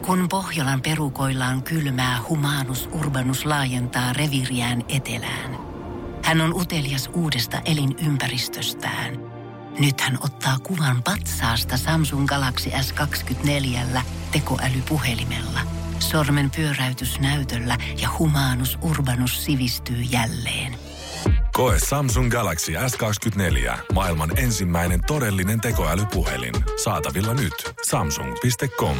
Kun Pohjolan perukoillaan kylmää, Humanus Urbanus laajentaa reviiriään etelään. Hän on utelias uudesta elinympäristöstään. Nyt hän ottaa kuvan patsaasta Samsung Galaxy S24 tekoälypuhelimella. Sormen pyöräytys näytöllä ja Humanus Urbanus sivistyy jälleen. Koe Samsung Galaxy S24. Maailman ensimmäinen todellinen tekoälypuhelin. Saatavilla nyt. Samsung.com.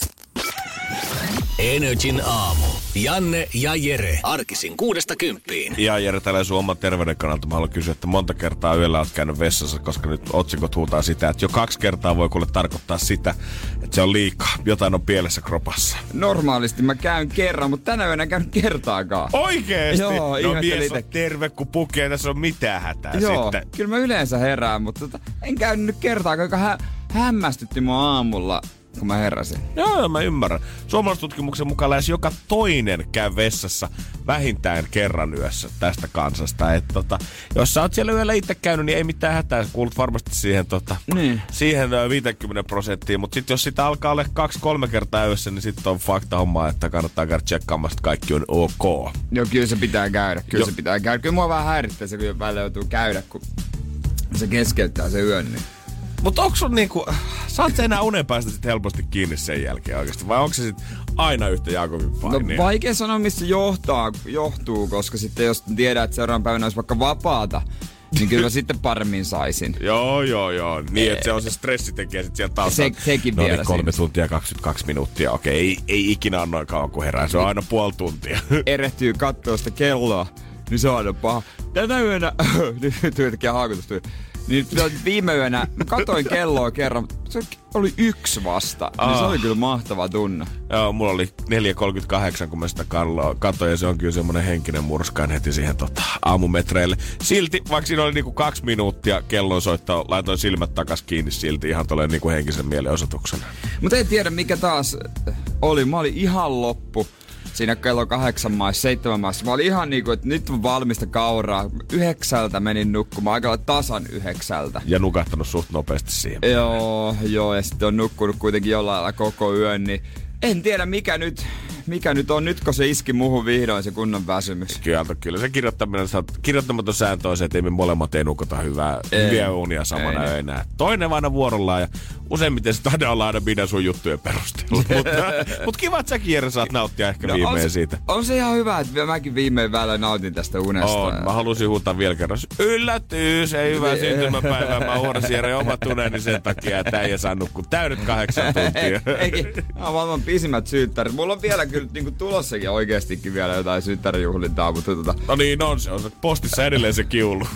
NRJ:n aamu. Janne ja Jere. Arkisin 6–10. Ja Jere, täällä sun oman terveyden kannalta mä haluan kysyä, että monta kertaa yöllä oot käynyt vessassa, koska nyt otsikot huutaa sitä, että jo 2 kertaa voi kuule tarkoittaa sitä, että se on liikaa. Jotain on pielessä kropassa. Normaalisti mä käyn kerran, mutta tänä yönä en käynyt kertaakaan. Oikeesti? Joo, no mies on terve, kun puki, ei tässä ole mitään hätää. Joo, sitten. Kyllä mä yleensä herään, mutta en käynyt nyt kertaakaan, joka hämmästytti mua aamulla, kun mä heräsin. Joo, mä ymmärrän. Suomalaistutkimuksen mukaan lähes joka toinen käy vessassa vähintään kerran yössä tästä kansasta. Että jos sä oot siellä yöllä itse käynyt, niin ei mitään hätää. Kuulut varmasti siihen, siihen 50%. Mutta sitten jos sitä alkaa olla 2-3 kertaa yössä, niin sitten on fakta hommaa, että kannattaa käydä tsekkaamaan, että kaikki on ok. Joo, kyllä se pitää käydä. Kyllä mua vähän häirittää se, kun välillä joutuu käydä, kun se keskeyttää se yön. Niin. Mutta onko sun niinku, saat sä enää unen päästä sit helposti kiinni sen jälkeen oikeesti? Vai onko se sit aina yhtä Jakobin painia? No vaikea sanoa, mistä johtuu, koska sitten jos tiedät, että seuraavan päivänä olisi vaikka vapaata, niin kyllä mä sitten paremmin saisin. Joo. Niin, että se on se stressi tekee sit siellä taustalla. Sekin vielä. 3 tuntia 22 minuuttia. Okei, ei ikinä ole noin kauan kuin herää. Se on aina puoli tuntia. Erehtyy kattoo sitä kelloa, niin se on aina paha. Tänä yönä, nyt yhtäkkiä haakutus tuli. Niin viime yönä mä katoin kelloa kerran, se oli 1 vasta. Niin se oli kyllä mahtava tunne. Joo, mulla oli 4:38, kun mä sitä katoin, ja se on kyllä semmonen henkinen murskain heti siihen aamumetreille. Silti, vaikka siinä oli niinku 2 minuuttia kellon soittaa, laitoin silmät takas kiinni silti ihan tolleen niinku henkisen mielenosoituksena. Mutta en tiedä mikä taas oli. Mä olin ihan loppu. Siinä kello 8 maissa, 7 maissa. Mä olin ihan niinku, että nyt on valmista kauraa. 9 menin nukkumaan, aika lailla tasan 9. Ja nukahtanut suht nopeasti siihen. Joo, ja sitten on nukkunut kuitenkin jollain lailla koko yön, niin en tiedä mikä nyt on, nyt kun se iski muuhun vihdoin se kunnon väsymys. Kyllä se kirjoittamaton sääntö on se, että ei me molemmat ei nukuta hyviä unia samana öinä. Toinen aina vuorollaan ja useimmiten se taida olla aina minä sun juttujen perusteella. Mutta kiva, että säkin Jere saat nauttia ehkä viimein siitä. On se ihan hyvä, että mäkin viimein välillä nautin tästä unesta. On, mä halusin huutaa vielä kerran. Yllätys, ei hyvää syntymäpäivää. Mä huorasin Jere omat uneni sen takia, että äijä saa nukkua täydet 8 tuntia. Eikin, mä oon maailman pisimmät syyttärit. Mulla on vielä kyllä niinku tulossakin oikeestikin vielä jotain syyttärijuhlintaa, mutta No niin, on se postissa edelleen se kiulu.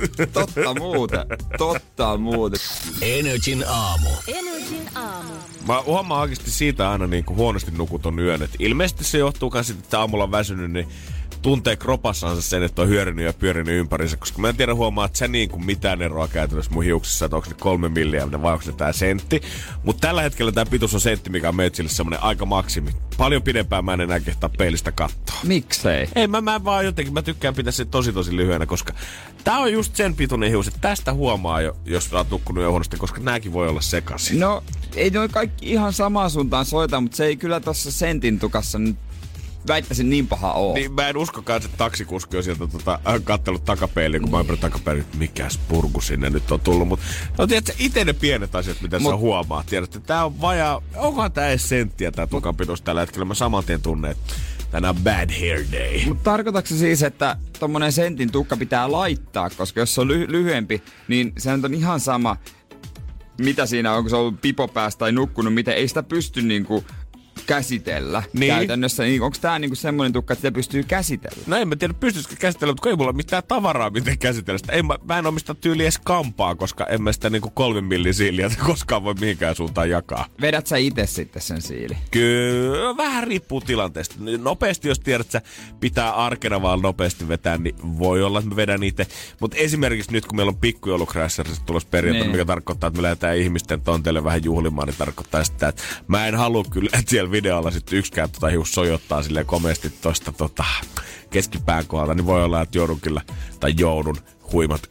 Totta muuten. NRJ:n aamu. Mä huomaan oikeasti siitä aina niinku huonosti nukuton yön. Et ilmeisesti se johtuu kans siitä, että aamulla on väsynyt, niin tuntee kropassansa sen, että on hyörinyt ja pyörinyt ympärinsä. Koska mä en tiedä huomaa, että se niinku mitään eroa käytännössä mun hiuksissa, että onko ne 3 milliä vai onko ne tää sentti. Mutta tällä hetkellä tää pituus on sentti, mikä on meitsille semmonen aika maksimi. Paljon pidempään mä en enää kehtaa peilistä kattoa. Miksei? Ei, mä vaan jotenkin, mä tykkään pitää se tosi lyhyenä, koska tää on just sen pituinen hius, että tästä huomaa jo, jos sä oot nukkunut jo huonosti, koska nääkin voi olla sekaisin. No, ei noi kaikki ihan samaan suuntaan soita, mutta se ei kyllä tossa sentin tukassa nyt väittäisin niin paha oo. Niin, mä en uskokaan, että taksikuski on sieltä kattellut takapeiliin, kun mä oon takapeiliin, että mikäs purku sinne nyt on tullut. Mutta no tiedätkö, ite ne pienet asiat, mitä sä huomaat. Tiedätkö, että tää on vajaa, onkohan tää edes senttiä tää tukan pituus tällä hetkellä. Mä saman tien tunnen, että tänään on bad hair day. Mutta tarkoitatko se siis, että tommonen sentin tukka pitää laittaa, koska jos se on lyhyempi, niin se on ihan sama, mitä siinä on, kun se on ollut pipopäässä tai nukkunut, miten ei sitä pysty niinku käsitellä käytännössä. Niin onko tää niinku semmoinen tukka, että sitä pystyy käsitellä? No en mä tiedä, pystyisikö käsitellä, mutta kun ei mulla ole mitään tavaraa, miten käsitellä sitä. Mä en omista tyyliä edes kampaa, koska en mä sitä niinku 3 millin siiliä koskaan voi mihinkään suuntaan jakaa. Vedät sä itse sitten sen siili? Kyllä, vähän riippuu tilanteesta. Nopeasti, jos tiedät, että sä pitää arkena vaan nopeasti vetää, niin voi olla, että mä vedän itse. Mutta esimerkiksi nyt, kun meillä on pikkujoulukrässärissä tulossa perjantaina, mikä tarkoittaa, että me lähdetään ihmisten tonteille vähän juhlimaan, niin tarkoittaa sitä, että mä en halua kyllä, että siellä videolla sitten yksikään hius sojottaa silleen komeasti tosta keskipään kohdalta, niin voi olla, että joudun huimat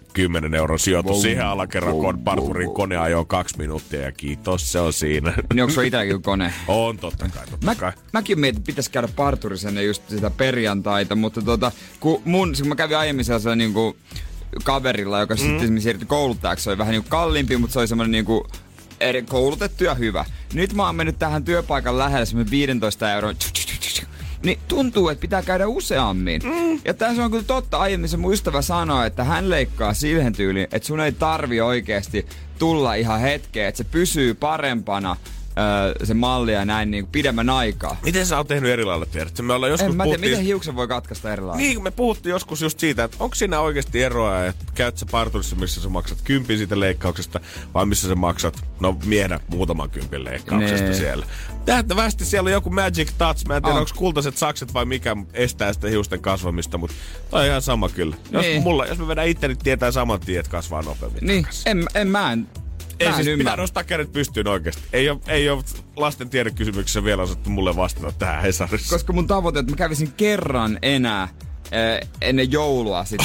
10 euron sijoitus siihen alakerran parturin kone ajoo 2 minuuttia ja kiitos, se on siinä. Niin onko se itselläkin kone? On, totta kai. Mäkin mietin, että pitäisi käydä parturissa ennen just sitä perjantaita, mutta kun mä kävin aiemmin sellaisella niinku kaverilla, joka sitten siirtyi kouluttajaksi, se oli vähän niinku kalliimpi, mutta se oli semmoinen niinku koulutettu ja hyvä. Nyt mä oon mennyt tähän työpaikan lähelle semmoinen 15 euron. Niin tuntuu, että pitää käydä useammin. Ja tässä on kyllä totta. Aiemmin se mun ystävä sanoi, että hän leikkaa siihen tyyliin, että sun ei tarvi oikeasti tulla ihan hetkeen, että se pysyy parempana se malli ja näin niin pidemmän aikaa. Miten sä oot tehnyt eri lailla, tiedätkö? Me ollaan joskus en mä tiedä, miten hiuksen voi katkaista eri lailla. Niin, me puhuttiin joskus just siitä, että onko siinä oikeasti eroa, että käyt sä parturissa, missä sä maksat 10 siitä leikkauksesta, vai missä sä maksat, miehdä muutaman 10 leikkauksesta siellä. Tähtävästi siellä on joku magic touch. Mä en tiedä, onko kultaiset sakset vai mikä estää sitä hiusten kasvamista, mutta toi on ihan sama kyllä. Jos mä vedän itteni, tietää saman tien, että kasvaa nopeammin. Niin, Ei siis pitää nostaa kädet pystyyn oikeesti. Ei ole lasten tiedekysymyksessä vielä osattu mulle vastata tähän Hesarissa. Koska mun tavoite, että mä kävisin kerran enää ennen joulua sit.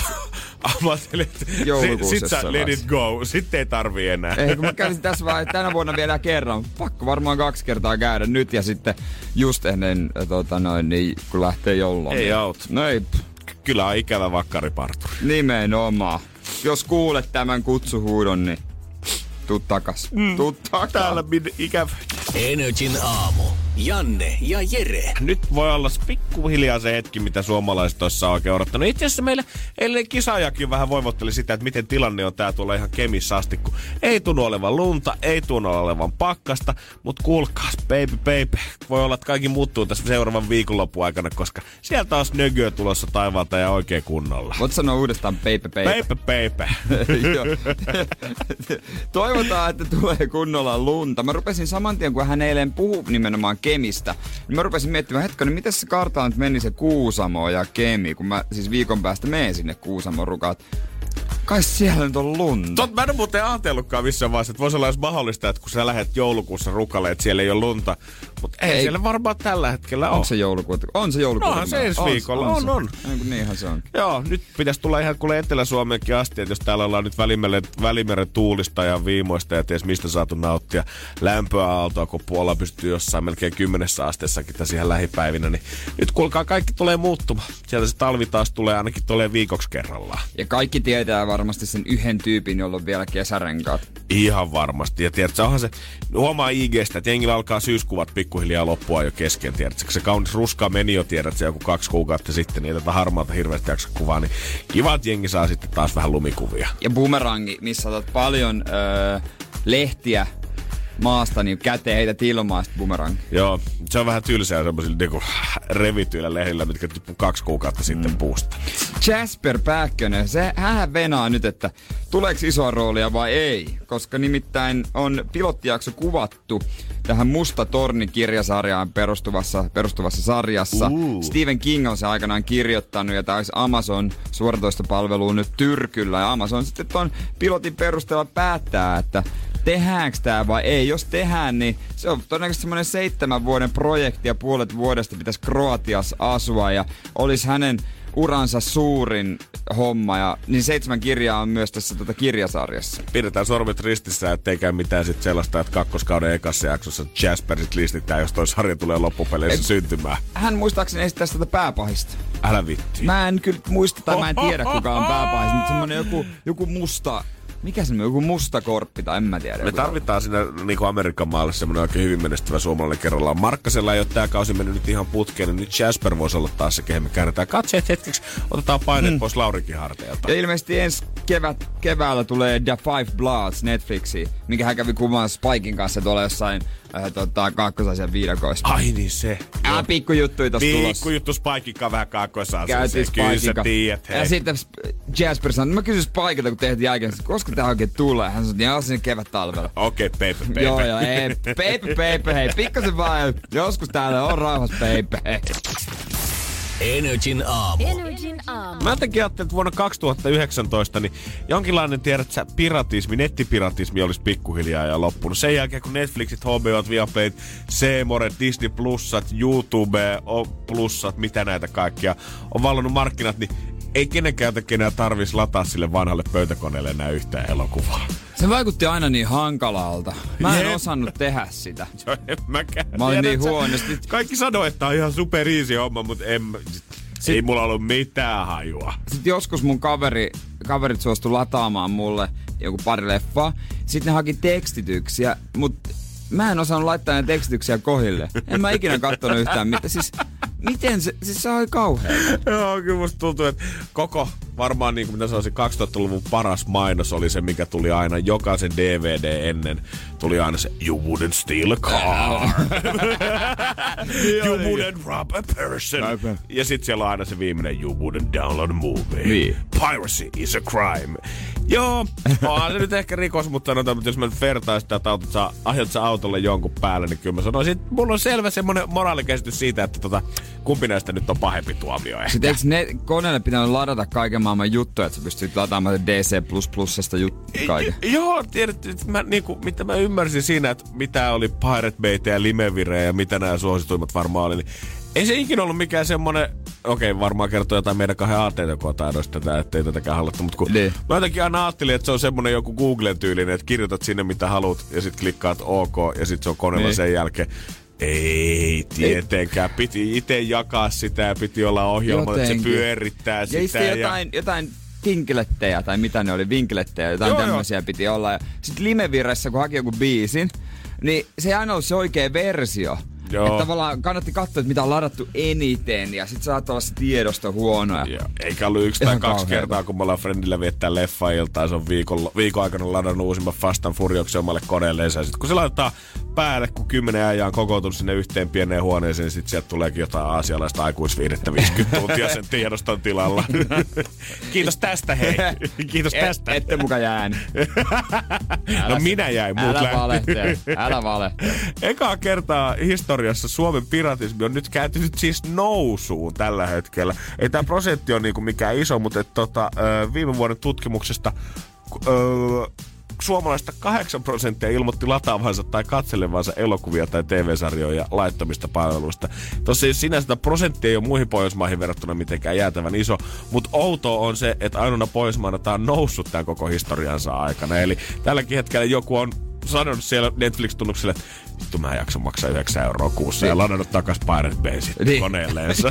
Sit sä let it go. Sitten ei tarvii enää. Ei, kun mä kävisin tässä vaan tänä vuonna vielä kerran. Pakko varmaan 2 kertaa käydä nyt ja sitten just ennen niin, kun lähtee joulua. Ei auta. No ei. Kyllä on ikävä vakkariparturi. Nimenomaan. Jos kuulet tämän kutsuhuudon, niin tuu takas. Täällä ikävä. Energin aamu. Janne ja Jere. Nyt voi olla pikkuhiljaa se hetki, mitä suomalaiset tuossa on oikein odottanut. Itse asiassa meillä eilen kisaajakin vähän voivotteli sitä, että miten tilanne on tää tuolla ihan Kemissä asti, kun ei tunnu olevan lunta, ei tunnu olevan pakkasta, mutta kuulkaas, baby, voi olla, että kaikki muuttuu tässä seuraavan viikonlopun aikana, koska sieltä on snögyö tulossa taivaalta ja oikein kunnolla. Voit sanoa uudestaan baby. Toivotaan, että tulee kunnolla lunta. Mä rupesin saman tien, kun hän eilen puhui nimenomaan Kemistä, niin mä rupesin miettimään, hetkonen, miten se kartalla nyt meni se Kuusamo ja Kemi, kun mä siis viikon päästä menen sinne Kuusamon rukaat. Kai siellä nyt on lunta. Mä en ole muuten ajatellutkaan missään vaiheessa, että voisi olla edes mahdollista, että kun sä lähdet joulukuussa rukalle, että siellä ei ole lunta. Mutta ei siellä varmaan tällä hetkellä ole. Onko se joulukuuta? On se joulukuuta. No, se ensi viikolla. On. Niinhän se on. Joo, nyt pitäisi tulla ihan kuule Etelä-Suomeenkin asti, että jos täällä ollaan nyt Välimeren tuulista ja viimoista ja ties mistä saatu nauttia lämpöaaltoa, kun Puola pystyy jossain melkein 10 asteessakin tässä ihan lähipäivinä, niin nyt kuulkaa kaikki tulee muuttumaan. Sieltä se talvi taas tulee ainakin viikoksi kerrallaan. Ja kaikki tietää varmasti sen yhden tyypin, jolla on vielä kesärenkaat. Ihan varmasti. Ja tiedätkö, onhan se, huomaa IG:stä, että jengillä alkaa syyskuvat pikkuhiljaa loppua jo kesken, tiedätkö. Se kaunis ruska meni jo, tiedätkö, joku 2 kuukautta sitten, niin tätä harmaata hirveästi jaksa kuvaa, niin kiva, että jengi saa sitten taas vähän lumikuvia. Ja bumerangi, missä otat paljon lehtiä maasta, niin käteen heität ilmaa sit bumerangi. Joo, se on vähän tylsää semmoisilla niinku revityillä lehdillä, mitkä tippuu 2 kuukautta sitten puusta. Jasper Pääkkönen, hän venaa nyt, että tuleeko isoa roolia vai ei, koska nimittäin on pilottijakso kuvattu tähän Musta torni-kirjasarjaan perustuvassa sarjassa. Stephen King on se aikanaan kirjoittanut ja tämä olisi Amazon suoratoistopalveluun nyt tyrkyllä ja Amazon sitten ton pilotin perusteella päättää, että tehdäänkö tää vai ei. Jos tehdään, niin se on todennäköisesti semmoinen 7 vuoden projekti ja puolet vuodesta pitäisi Kroatiassa asua ja olisi hänen uransa suurin homma ja niin 7 kirjaa on myös tässä kirjasarjassa. Pidetään sormet ristissä, ettei käy mitään sit sellaista, että kakkoskauden ekassa jaksossa Jasperit listitään, jos toi sarja tulee loppupeleissä syntymään. Hän muistaakseni esittää sitä pääpahista. Älä vitti. Mä en kyllä muista tai mä en tiedä kuka on pääpahis, mutta semmonen joku musta. Mikä se on? Joku musta korppi tai en mä tiedä. Me tarvitaan siinä niinku Amerikan maalle semmoinen oikein hyvin menestyvä suomalainen kerrallaan. Markkasella ei ole tää kausi mennyt nyt ihan putkeen, niin nyt Jasper voisi olla taas se, kehen me käännetään katseet hetkeksi. Otetaan paineet pois Laurikin harteilta. Ja ilmeisesti ensi keväällä tulee The Five Bloods Netflixiin, minkä hän kävi kuvaan Spikein kanssa tuolla jossain Kaakkois-Aasian viidakoissa. Ai niin se. Pikkujuttuja tossa tulossa. Pikkujuttu Spikein vähän Kaakkois-Aasiassa. Käytiin Spikein tiedät, ja sitten Jasper sanoi, mä kysyin Spikeilta, kun tehtiin jälkeen, koska tää oikein tulee. Hän sanoi, että sinne kevät-talvella. Okei, baby. Joo, ei, baby, hei, pikkasen vaan, joskus täällä on rauhas, baby. Energin aamu. Mä jotenkin ajattelin, että vuonna 2019 niin jonkinlainen, tiedät sä, nettipiratismi olisi pikkuhiljaa ja loppunut. Sen jälkeen, kun Netflixit, HBOt, Viaplayt, C-More, Disney Plusat, YouTube, Plusat, mitä näitä kaikkia on vallannut markkinat, niin ei kenenkään enää tarvitsisi lataa sille vanhalle pöytäkoneelle enää yhtään elokuvaa. Se vaikutti aina niin hankalalta. Mä en osannut tehdä sitä. Joo, en mäkään. Mä olin niin huonosti. Kaikki sanoo, että on ihan super easy homma, mutta ei mulla ollut mitään hajua. Sitten joskus mun kaverit suostu lataamaan mulle joku pari leffaa. Sitten ne haki tekstityksiä, mutta mä en osannut laittaa ne tekstityksiä kohille. En mä ikinä kattonut yhtään mitään. Miten se? Siis se oli kauheaa. Joo, kyllä musta tuntuu, että koko varmaan niin kuin mitä sanoisin 2000-luvun paras mainos oli se, mikä tuli aina jokaisen DVD ennen. Tuli aina se You wouldn't steal a car. You wouldn't rob a person. Ja sit siellä on aina se viimeinen You wouldn't download a movie. Niin. Piracy is a crime. Joo, onhan se nyt ehkä rikos, mutta sanotaan, että jos mä nyt vertaisin sitä, että ajat sä autolle jonkun päälle, niin kyllä mä sanoisin, että mulla on selvä semmonen moraalikäsitys siitä, että kumpi näistä nyt on pahempi tuomio ehkä. Sitten eikö ne koneelle pitänyt ladata kaiken maailman juttuja, että sä pystyt lataamaan DC++:sta kaiken? Joo, tiedät, mitä mä ymmärsin siinä, että mitä oli Pirate Baytä ja Limevire ja mitä nämä suosituimmat varmaan oli, niin ei se ikinä ollut mikään semmonen, varmaan kertoo jotain meidän 2 ATK-taidoista tätä, ettei tätäkään haluttu, mutta kun mä jotenkin aina ajattelin, että se on semmonen joku Googlen tyylinen, että kirjoitat sinne mitä haluat ja sit klikkaat OK ja sit se on koneella sen jälkeen. Ei tietenkään. Piti itse jakaa sitä ja piti olla ohjelma, että se pyörittää sitä. Ja sitten jotain tinklettejä tai mitä ne oli, vinklettejä, jotain tämmöisiä piti olla. Ja sit Limeviressä, kun haki joku biisin, niin se ei aina ollut se oikea versio. Joo. Että tavallaan kannatti katsoa, että mitä on ladattu eniten ja sit saattaa olla se tiedosto huonoja. Joo. Eikä ollut 1 tai 2 kertaa, kun me ollaan friendillä viettää leffa-iltaa. Se on viikon aikana ladannut uusimman Fast and Furiousin omalle koneelleen. Ja sit kun se laitetaan päälle, kun 10 äijää on kokoutunut sinne yhteen pieneen huoneeseen, niin sit sieltä tuleekin jotain aasialaista aikuisviidettä 50 tuntia sen tiedoston tilalla. Kiitos tästä, hei. Kiitos tästä. Ette muka jäänyt. No minä jäin, muut lähti. Älä valehtele. Ekaa kertaa historiassa Suomen piratismi on nyt kääntynyt siis nousuun tällä hetkellä. Ei tää prosentti ole niinku mikään iso, mutta viime vuoden tutkimuksesta suomalaista 8% ilmoitti lataavansa tai katselevansa elokuvia tai TV-sarjoja laittomista palveluista. Tossa sinänsä prosenttia ei ole muihin Pohjoismaihin verrattuna mitenkään jäätävän iso, mutta outoa on se, että ainoana Pohjoismaana tää on noussut tämän koko historiansa aikana. Eli tälläkin hetkellä joku on sanonut siellä Netflix-tunnukselle, että vittu mä en jaksa maksaa 9 € kuussa ja ladannut takas Pirate Bay sitten koneelleensa.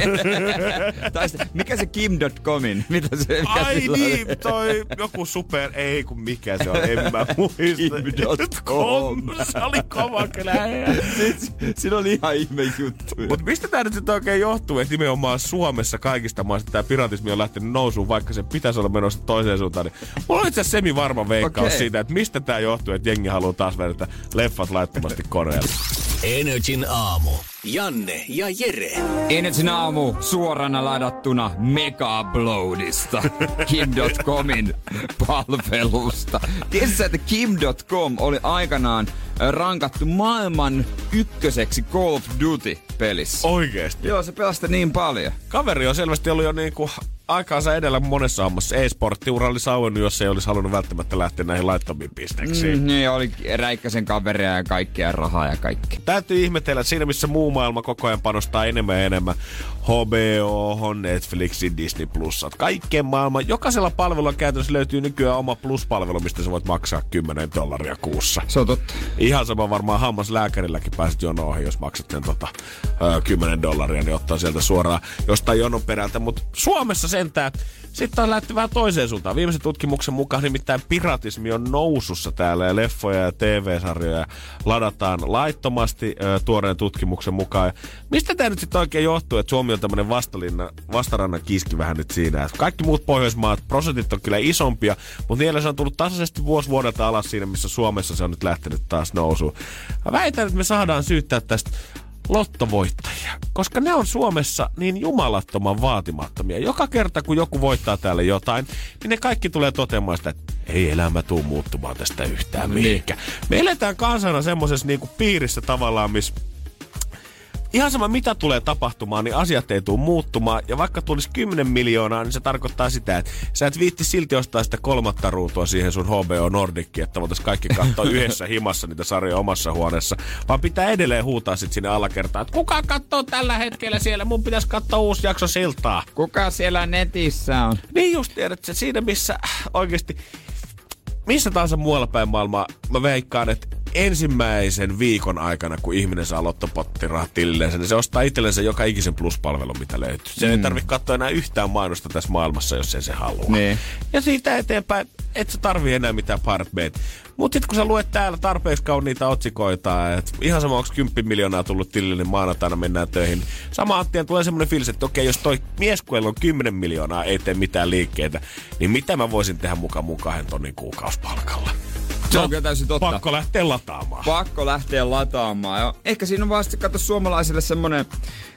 Mikä se Kim.comin? Ai niin, toi joku super, ei kun mikä se on, en mä muista. Kim.com. Se oli kova kyllä. Siinä oli ihan ihme juttu. Mut mistä tää nyt oikein johtuu, että nimenomaan Suomessa kaikista maista tää piratismi on lähtenyt nousuun, vaikka se pitäisi olla menossa toiseen suuntaan. Niin mulla on itse asiassa semi-varma veikkaus siitä, että mistä tää johtuu, että jengi haluaa taas vedä leffat laittomasti koneella. Energin aamu. Janne ja Jere. Energin aamu suorana ladattuna Mega Uploadista. Kim.comin palvelusta. Tiesitkö, että Kim.com oli aikanaan rankattu maailman ykköseksi Call of Duty-pelissä? Oikeesti? Joo, se pelasti niin paljon. Kaveri on selvästi ollut jo niinku aikaansa edellä monessa hommassa. E-sporttiura olisi auennut, jos ei olisi halunnut välttämättä lähteä näihin laittomiin pisteksiin. Niin, oli Räikkösen kaveria ja kaikkea rahaa ja kaikki. Täytyy ihmetellä, että siinä missä muu maailma koko ajan panostaa enemmän ja enemmän HBO, Netflixin, Disney Plusat, kaikkeen maailman. Jokaisella palvelulla käytännössä löytyy nykyään oma pluspalvelu, mistä sä voit maksaa $10 kuussa. Se on totta. Ihan sama varmaan hammaslääkärilläkin pääset jonoihin, jos maksat sen $10, niin ottaa sieltä suoraan jostain jonon perältä. Mutta Suomessa sentään sitten on lähty vähän toiseen suuntaan. Viimeisen tutkimuksen mukaan nimittäin piratismi on nousussa täällä ja leffoja ja TV-sarjoja ladataan laittomasti tuoreen tutkimuksen mukaan. Ja mistä tämä nyt sitten oikein johtuu, että Suomi on tämmöinen vastarannan kiski vähän nyt siinä. Että kaikki muut Pohjoismaat, prosentit on kyllä isompia, mutta niillä se on tullut tasaisesti vuodelta alas siinä, missä Suomessa se on nyt lähtenyt taas nousuun. Mä väitän, että me saadaan syyttää tästä lottovoittajia, koska ne on Suomessa niin jumalattoman vaatimattomia. Joka kerta, kun joku voittaa täällä jotain, niin ne kaikki tulee toteamaan sitä, että ei elämä tuu muuttumaan tästä yhtään mihinkään. Me eletään kansana semmosessa niinku piirissä tavallaan, missä ihan sama mitä tulee tapahtumaan, niin asiat ei tule muuttumaan. Ja vaikka tulisi 10 miljoonaa, niin se tarkoittaa sitä, että sä et viitti silti ostaa sitä 3. ruutua siihen sun HBO Nordickiin, että voitaisiin kaikki katsoa yhdessä himassa niitä sarjoja omassa huoneessa. Vaan pitää edelleen huutaa sit sinne alakertaan, että kuka katsoo tällä hetkellä siellä? Mun pitäisi katsoa uusi jakso Siltaa. Kuka siellä netissä on? Niin just tiedät, että siinä missä oikeesti, missä tahansa muualla päin maailmaa, mä veikkaan, että ensimmäisen viikon aikana, kun ihminen saa lottopottirahat tililleensä, niin se ostaa itsellensä joka ikisen pluspalvelun, mitä löytyy. Se ei tarvitse katsoa enää yhtään mainosta tässä maailmassa, jos ei se halua. Niin. Ja siitä eteenpäin, et sä tarvii enää mitään Pirate Bayt. Mutta sitten kun sä luet täällä tarpeeksi kauniita otsikoita, että ihan sama onko 10 miljoonaa tullut tilille, niin maanantaina mennään töihin. Sama Attien tulee semmoinen fiilis, että okei, jos toi mies, kun on 10 miljoonaa, ei tee mitään liikkeitä, niin mitä mä voisin tehdä mukaan mun 2 tonnin kuukausipalkalla? Se on kyllä täysin totta. Pakko lähteä lataamaan. Pakko lähteä lataamaan. Ja ehkä siinä on vaan sitten katso suomalaisille semmonen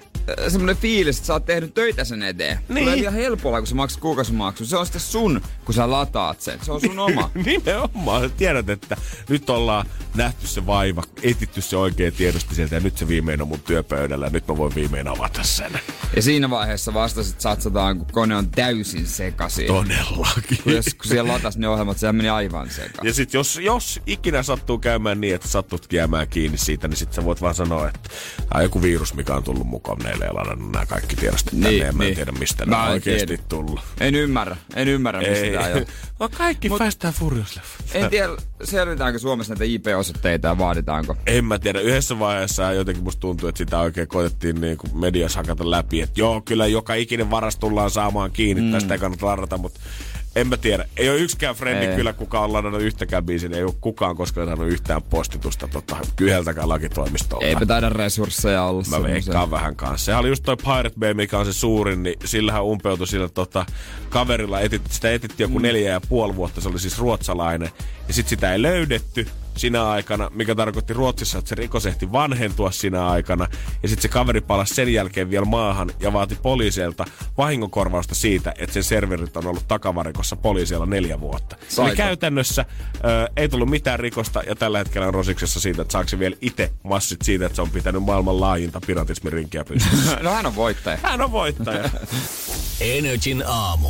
fiilis, että sä oot tehnyt töitä sen eteen. Niin. Tulee ihan helpolla, kun sä maksat kuukausimaksun. Se on sitten sun, kun sä lataat sen. Se on sun oma. Nimenomaan. Sä tiedät, että nyt ollaan nähty se vaiva, etitty se oikein tiedosti sieltä ja nyt se viimein on mun työpöydällä ja nyt mä voin viimein avata sen. Ja siinä vaiheessa vasta sit satsataan, kun kone on täysin sekaisin. Todellakin. Kun siellä latas ne ohjelmat, sehän meni aivan sekaisin. Ja sit jos ikinä sattuu käymään niin, että sattut jäämään kiinni siitä, niin sit sä voit vaan sanoa, että on joku virus, mikä on tullut mukaan. Meille ei ladannut nämä kaikki tiedostot tänne ja mä en tiedä, mistä nämä on oikeesti tullut. En ymmärrä mistä tää on. On kaikki Fast and Furious-leffa. En tiedä, selvitäänkö Suomessa näitä IP-osoitteita ja vaaditaanko? En mä tiedä. Yhdessä vaiheessa jotenkin musta tuntuu, että sitä oikein koetettiin niin kuin mediassa hakata läpi. Että joo, kyllä joka ikinen varas tullaan saamaan kiinni. Tästä ei kannata ladata, mutta en mä tiedä. Ei ole yksikään frendi kyllä, kuka on ladannut yhtäkään biisin. Ei ole kukaan koskaan saanut yhtään postitusta yhdeltäkään lakitoimistolta. Eipä taida resursseja olla. Mä veikkaan vähän kanssa. Sehän oli just toi Pirate Bay, mikä on se suurin, niin sillähän umpeutui sillä kaverilla. Sitä etittiin joku 4,5 vuotta. Se oli siis ruotsalainen. Ja sit sitä ei löydetty sinä aikana, mikä tarkoitti Ruotsissa, että se rikos ehti vanhentua sinä aikana. Ja sitten se kaveri palasi sen jälkeen vielä maahan ja vaati poliisilta vahingonkorvausta siitä, että sen serverit on ollut takavarikossa poliisilla 4 vuotta. Eli käytännössä ei tullut mitään rikosta ja tällä hetkellä on rosiksessa siitä, että saako se vielä itse massit siitä, että se on pitänyt maailman laajinta piratismirinkiä pystyssä. No hän on voittaja. Hän on voittaja. Energin aamu.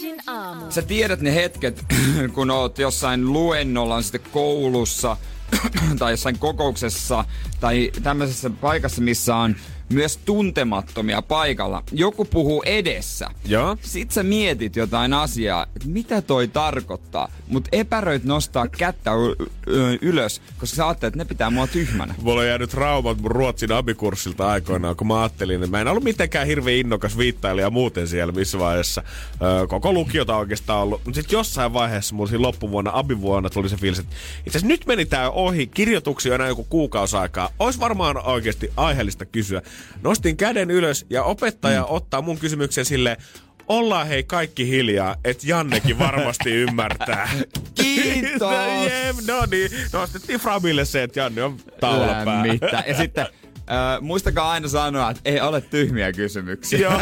Sä tiedät ne hetket, kun oot jossain luennolla, sitten koulussa tai jossain kokouksessa tai tämmöisessä paikassa, missä on myös tuntemattomia paikalla. Joku puhuu edessä. Joo. Sit sä mietit jotain asiaa, että mitä toi tarkoittaa, mut epäröit nostaa kättä ylös, koska sä ajattelet, että ne pitää mua tyhmänä. Mulla on jäänyt traumat mun Ruotsin abikurssilta aikoinaan, kun mä ajattelin, että mä en ollut mitenkään hirveän innokas viittailija muuten siellä missä vaiheessa. Koko lukiota oikeastaan ollut. Mutta sitten jossain vaiheessa mulla siinä loppuvuonna, abivuonna tuli se fiilis, että itse asiassa nyt meni tää ohi, kirjoituksia enää joku kuukausi aikaa. Ois varmaan oikeasti aiheellista kysyä. Nostin käden ylös ja opettaja ottaa mun kysymyksen silleen, ollaan hei kaikki hiljaa, että Jannekin varmasti ymmärtää. Kiitos! No niin, nostettiin Framille se, että Janne on taulapää. Ja sitten muistakaa aina sanoa, että ei ole tyhmiä kysymyksiä.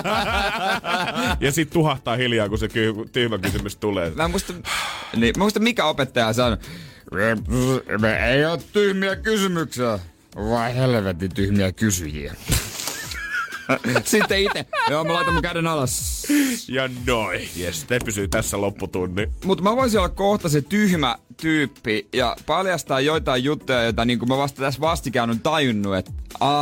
Ja sit tuhahtaa hiljaa, kun se tyhmä kysymys tulee. Mä muistan mikä opettaja sanoi. Ei ole tyhmiä kysymyksiä, vai helvetin tyhmiä kysyjiä. Sitten itse. Joo, mä laitan mun käden alas. Ja noin. Jes, te pysyy tässä lopputunni. Mutta mä voisin olla kohta se tyhmä tyyppi ja paljastaa joitain juttuja, joita niin kuin mä vasta tässä vastikään on tajunnut, että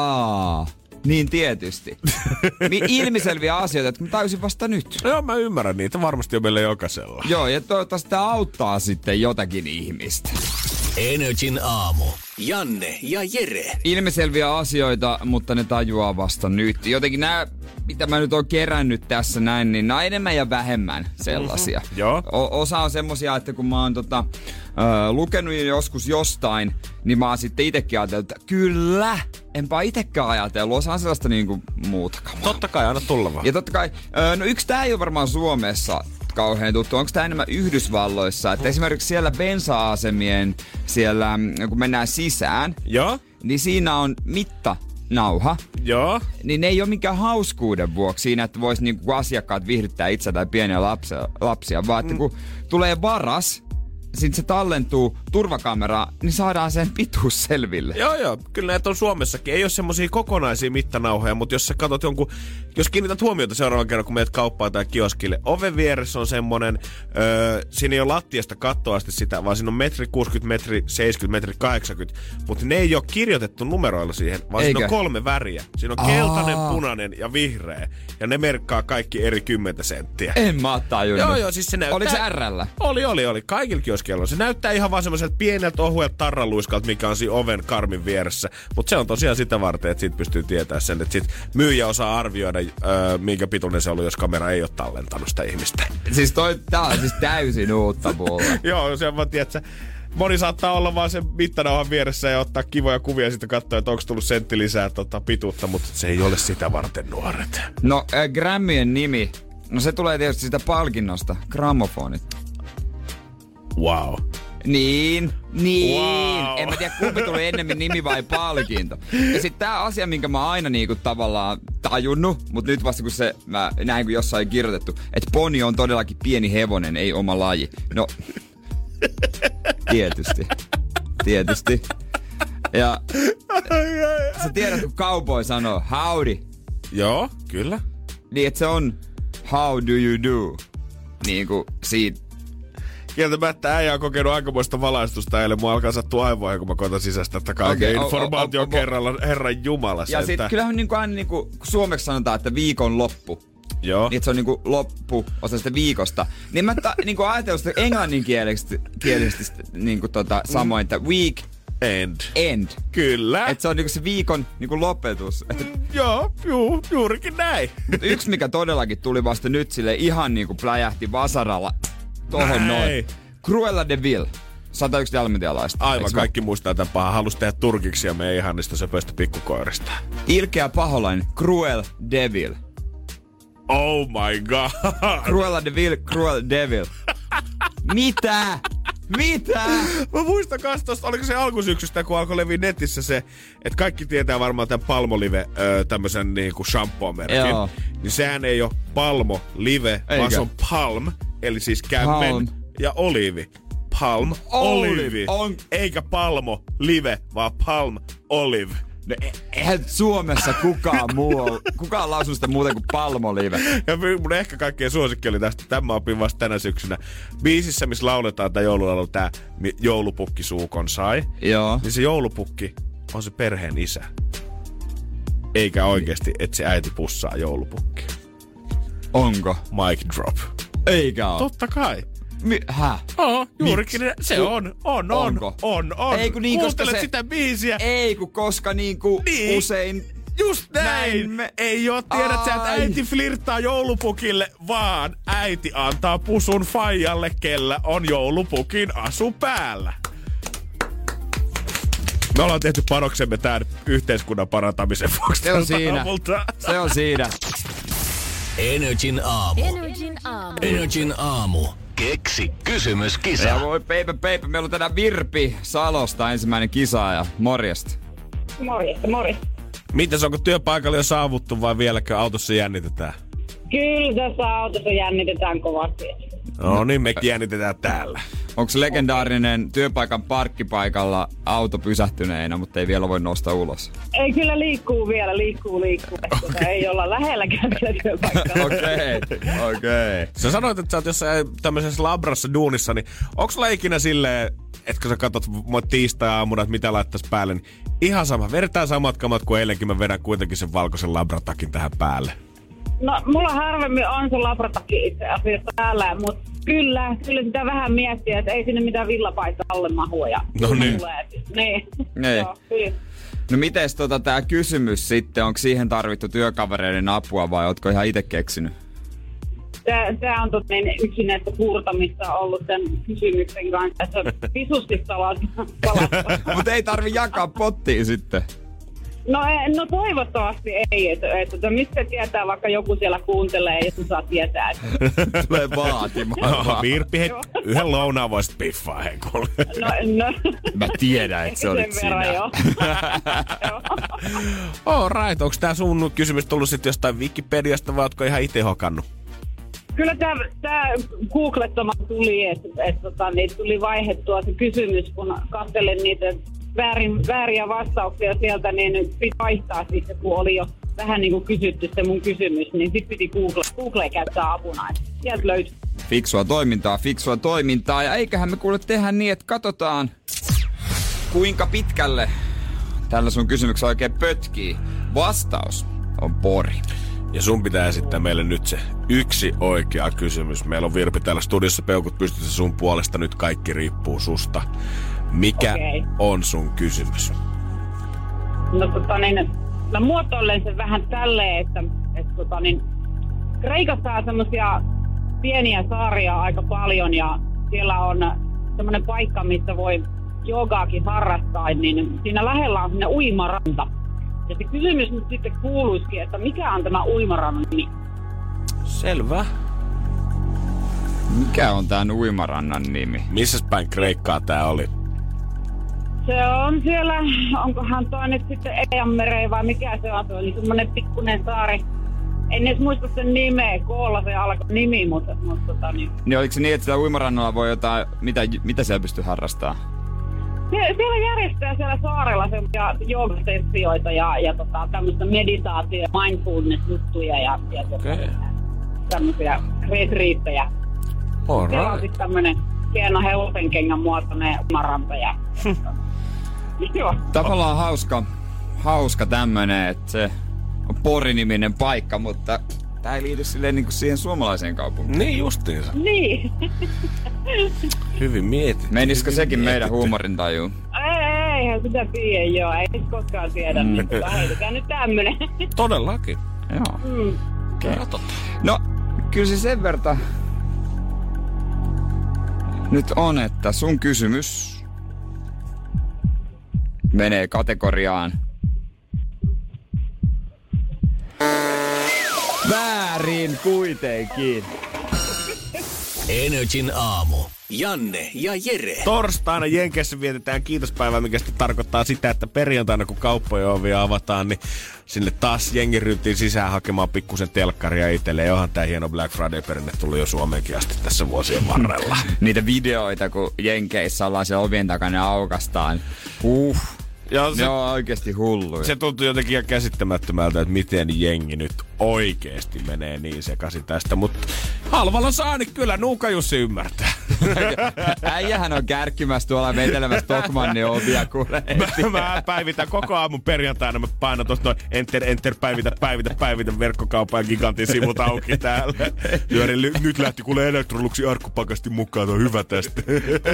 niin tietysti. Ilmiselviä asioita, että mä tajusin vasta nyt. Joo, mä ymmärrän niitä. Varmasti on meillä jokaisella. Joo, ja toivottavasti tää auttaa sitten jotakin ihmistä. Energin aamu. Janne ja Jere. Ilmiselviä asioita, mutta ne tajuaa vasta nyt. Jotenkin nämä, mitä mä nyt oon kerännyt tässä näin, niin nämä on enemmän ja vähemmän sellaisia. Joo. Osa on semmosia, että kun mä oon lukenut joskus jostain, niin mä oon sitten itekin ajatellut, että kyllä, enpä itekään ajatellut. Osa on sellaista niinku muuta kamaa. Totta kai, anna tulla vaan. Ja totta kai, no yksi tää ei ole varmaan Suomessa kauhean tuttu. Onko tää enemmän Yhdysvalloissa? Että esimerkiksi siellä bensa-asemien, siellä kun mennään sisään, joo, niin siinä on mittanauha. Joo. Niin ne ei ole mikään hauskuuden vuoksi siinä, että vois niinku asiakkaat viihdyttää itse tai pieniä lapsia, vaan että kun tulee varas, sit se tallentuu turvakameraan, niin saadaan sen pituus selville. Joo. Kyllä näitä on Suomessakin. Ei ole semmosia kokonaisia mittanauhoja, mutta jos sä katsot jos kiinnität huomiota seuraavan kerran, kun menet kauppaan tai kioskille, oven vieressä on semmonen, siinä ei ole lattiasta kattoa asti sitä, vaan siinä on 1,60 metri, 70 metri, 80, mutta ne ei ole kirjoitettu numeroilla siihen, vaan siinä on 3 väriä. Siinä on keltainen, punainen ja vihreä. Ja ne merkkaa kaikki eri 10 senttiä. En mä oon tajunnut. Joo, siis se näyttää... Oliko se RL? Oli. Kaikilla kioskeilla. Se näyttää ihan vaan semmoiselta pieneltä ohuelta tarraluiskalta, mikä on siinä oven karmin vieressä. Mutta se on tosiaan sitä varten, että siitä pystyy tietämään sen, että sit myyjä osaa arvioida, minkä pituinen se on ollut, jos kamera ei ole tallentanut sitä ihmistä. Siis tää on siis täysin uutta mulle. Joo, se on vaan, tiedätkö, moni saattaa olla vaan sen mittanauhan vieressä ja ottaa kivoja kuvia ja sitten katsoa, että onko tullut sentti lisää pituutta, mutta se ei ole sitä varten, nuoret. No, Grammien nimi. No se tulee tietysti sitä palkinnosta. Grammofonit. Wow. Niin. Wow. En mä tiedä, kumpi tuli ennemmin nimi vai palkinto. Ja sit tää asia, minkä mä oon aina niinku tavallaan tajunnut, mut nyt vasta kun mä näin kun jossain kirjoitettu, että poni on todellakin pieni hevonen, ei oma laji. No, tietysti. Ja sä tiedät, kun cowboy sanoo howdy. Joo, kyllä. Niin, että se on how do you do? Niinku siitä. Kieltämättä äijä on kokenut aikamoista valaistusta eilen. Mua alkaa sattua aivoihin, kun mä koitan sisästä tätä kaiken informaation kerralla. Herran jumala. Ja sit kyllähän niinku aina niinku, kun suomeksi sanotaan, että viikon loppu. Joo. Niin, että se on niinku loppu osa sitä viikosta. Niin mä niinku ajatellut sitä englanninkielisesti niinku samoin, että week end. Kyllä. Että se on niinku se viikon niinku lopetus. Joo, juurikin näin. Mut yksi, mikä todellakin tuli vasta nyt sille ihan niinku pläjähti vasaralla tohon noin. Cruella de Vil. 101 dalmatialaista. Aivan, kaikki muistaa tämän pahan. Halus tehdä turkiksia meidän ihanista söpöistä pikkukoirista. Ilkeä paholainen. Cruel Devil. Oh my god. Cruella de Vil, Cruel Devil. Mitä? Mä muistan kans tosta, oliko se alkusyksystä, kun alkoi leviä netissä se, että kaikki tietää varmaan tämän Palmolive tämmösen niinku shampoo-merkin. Joo. Niin sehän ei oo Palmolive, vaan se on Palm, eli siis kämmen ja oliivi. Palm oliivi. Eikä Palmo live, vaan Palm olive. No, eihän Suomessa kukaan lausu sitä muuta kuin Palmolive. Ja mun ehkä kaikkein suosikki oli tästä, tämä opin vasta tänä syksynä. Biisissä, missä lauletaan tää joululaulu, tää joulupukki suukon sai. Joo. Niin se joulupukki on se perheen isä. Eikä oikeesti, että se äiti pussaa joulupukki. Onko? Mic drop. Eikä oo. Totta kai. Juurikin se on. Onko? On. Ei kun niin, kuuntelet sitä biisiä. Ei kun koska niinku usein. Just näin. Ei oo, tiedät sä, että äiti flirttaa joulupukille, vaan äiti antaa pusun faijalle, kellä on joulupukin asu päällä. Me ollaan tehty panoksemme tän yhteiskunnan parantamisen vuoksi. Se on siinä. Energin aamu. Keksi kysymyskisa. Ja voi peipä, meillä on tänään Virpi Salosta ensimmäinen kisaaja. Morjesta. Morjesta. Mitäs, onko työpaikalla jo saavuttu vai vieläkö autossa jännitetään? Kyllä tässä autossa jännitetään kovasti. No niin, me jännitetään täällä. Onko legendaarinen työpaikan parkkipaikalla auto pysähtyneenä, mutta ei vielä voi nostaa ulos? Ei, kyllä liikkuu vielä. Okay. Ei olla lähelläkään vielä työpaikalla. Okei. Sä sanoit, että sä oot jossain tämmöisessä labrassa duunissa, niin onko sulla ikinä silleen, että kun sä katsot tiistai-aamuna, että mitä laittais päälle, niin ihan sama, vedetään samat kamat kuin eilenkin, mä vedän kuitenkin sen valkoisen labratakin tähän päälle. No, mulla harvemmin on se labratakki itse asiassa päällä, mutta kyllä sitä vähän miettiä, että ei sinne mitään villapaita alle mahua. No niin. Niin. Joo, kyllä. No mites tää kysymys sitten, onko siihen tarvittu työkavereiden apua vai ootko ihan itse keksinyt? Tää on yksin näistä puurtamista ollut tämän kysymyksen kanssa, että se on visusti salassa. Mutta ei tarvi jakaa pottiin sitten. No toivottavasti ei, että mistä tietää, vaikka joku siellä kuuntelee ja sun saa tietää. Että... Tulee vaatimaan. No, Virpi, hei, yhden lounaan voisit piffaa, hei kuule. No. Mä tiedän, että se olit sinä. All right, onko tää sun kysymys tullut sitten jostain Wikipediasta vai ootko ihan itse hokannut? Kyllä tämä googlettama tuli, että tuli vaihdettua se kysymys, kun katselin niitä vääriä vastauksia sieltä, niin piti vaihtaa sitten, kun oli jo vähän niin kuin kysytty se mun kysymys, niin sitten piti Google käyttää apuna. Sieltä löytyy. Fiksua toimintaa. Ja eiköhän me kuule tehdä niin, että katsotaan, kuinka pitkälle tällä sun kysymyksessä oikein pötkii. Vastaus on Pori. Ja sun pitää esittää meille nyt se yksi oikea kysymys. Meillä on Virpi täällä studiossa, peukut pystyssä sun puolesta. Nyt kaikki riippuu susta. Mikä on sun kysymys? Mä muotoilen sen vähän tälleen, että Kreikassa on semmosia pieniä saaria aika paljon ja siellä on semmoinen paikka, missä voi joogaakin harrastaa, niin siinä lähellä on semmoinen uimaranta. Ja se kysymys nyt sitten kuuluisikin, että mikä on tämä uimarannan nimi? Selvä. Mikä on tämän uimarannan nimi? Missäs päin Kreikkaa tää oli? Se on siellä, onkohan toi nyt sitten Egeanmereen vai mikä se on? Se oli semmoinen pikkuinen saari. En edes muista sen nimeä, koolla se alkoi nimi, mutta Niin oliko se niin, että siellä uimarannalla voi jotain, mitä siellä pystyy harrastamaan? Siellä järjestää siellä saarella semmoisia joogasessioita ja tämmöistä meditaatio- ja mindfulness-juttuja ja tämmöisiä retriittejä. Siellä on sitten tämmöinen hieno hevosenkengän muotoinen uimaranta. Tavallaan hauska tämmönen, että se on Pori-niminen paikka, mutta tää ei liity silleen niin kuin siihen suomalaiseen kaupunkiin. Niin justiinsa. Niin. Hyvin mietitty. Menisikö sekin meidän huumorintajuun? Eihän sitä tiedä, joo. Ei koskaan tiedä, mutta heitetään nyt tämmönen. Todellakin. Joo. Okay. No, kyllä se sen verran nyt on, että sun kysymys menee kategoriaan väärin kuitenkin. NRJ:n aamu. Janne ja Jere. Torstaina Jenkeissä vietetään kiitospäivää, mikä sitten tarkoittaa sitä, että perjantaina kun kauppojen ovia avataan, niin sinne taas jengi ryhtyy sisään hakemaan pikkusen telkkaria itselleen. Johan tää hieno Black Friday-perinne tuli jo Suomeenkin asti tässä vuosien varrella. Niitä videoita, kun Jenkeissä ollaan siellä ovien takana ja aukastaan. Ja ne on oikeesti hulluja. Se tuntuu jotenkin ihan käsittämättömältä, että miten jengi nyt oikeesti menee niin sekaisin tästä, mutta halvalla saa, niin kyllä Nuuka Jussi ymmärtää. Äijähän on kärkkimässä tuolla vetelemässä Stockmannin ovia, kuule. Mä päivitän koko aamun perjantaina, mä painan tosta noin enter, päivitä verkkokaupan ja Gigantin sivut auki täällä. Nyt lähti kuule Electroluxin arkkupakasti mukaan, on hyvä tästä.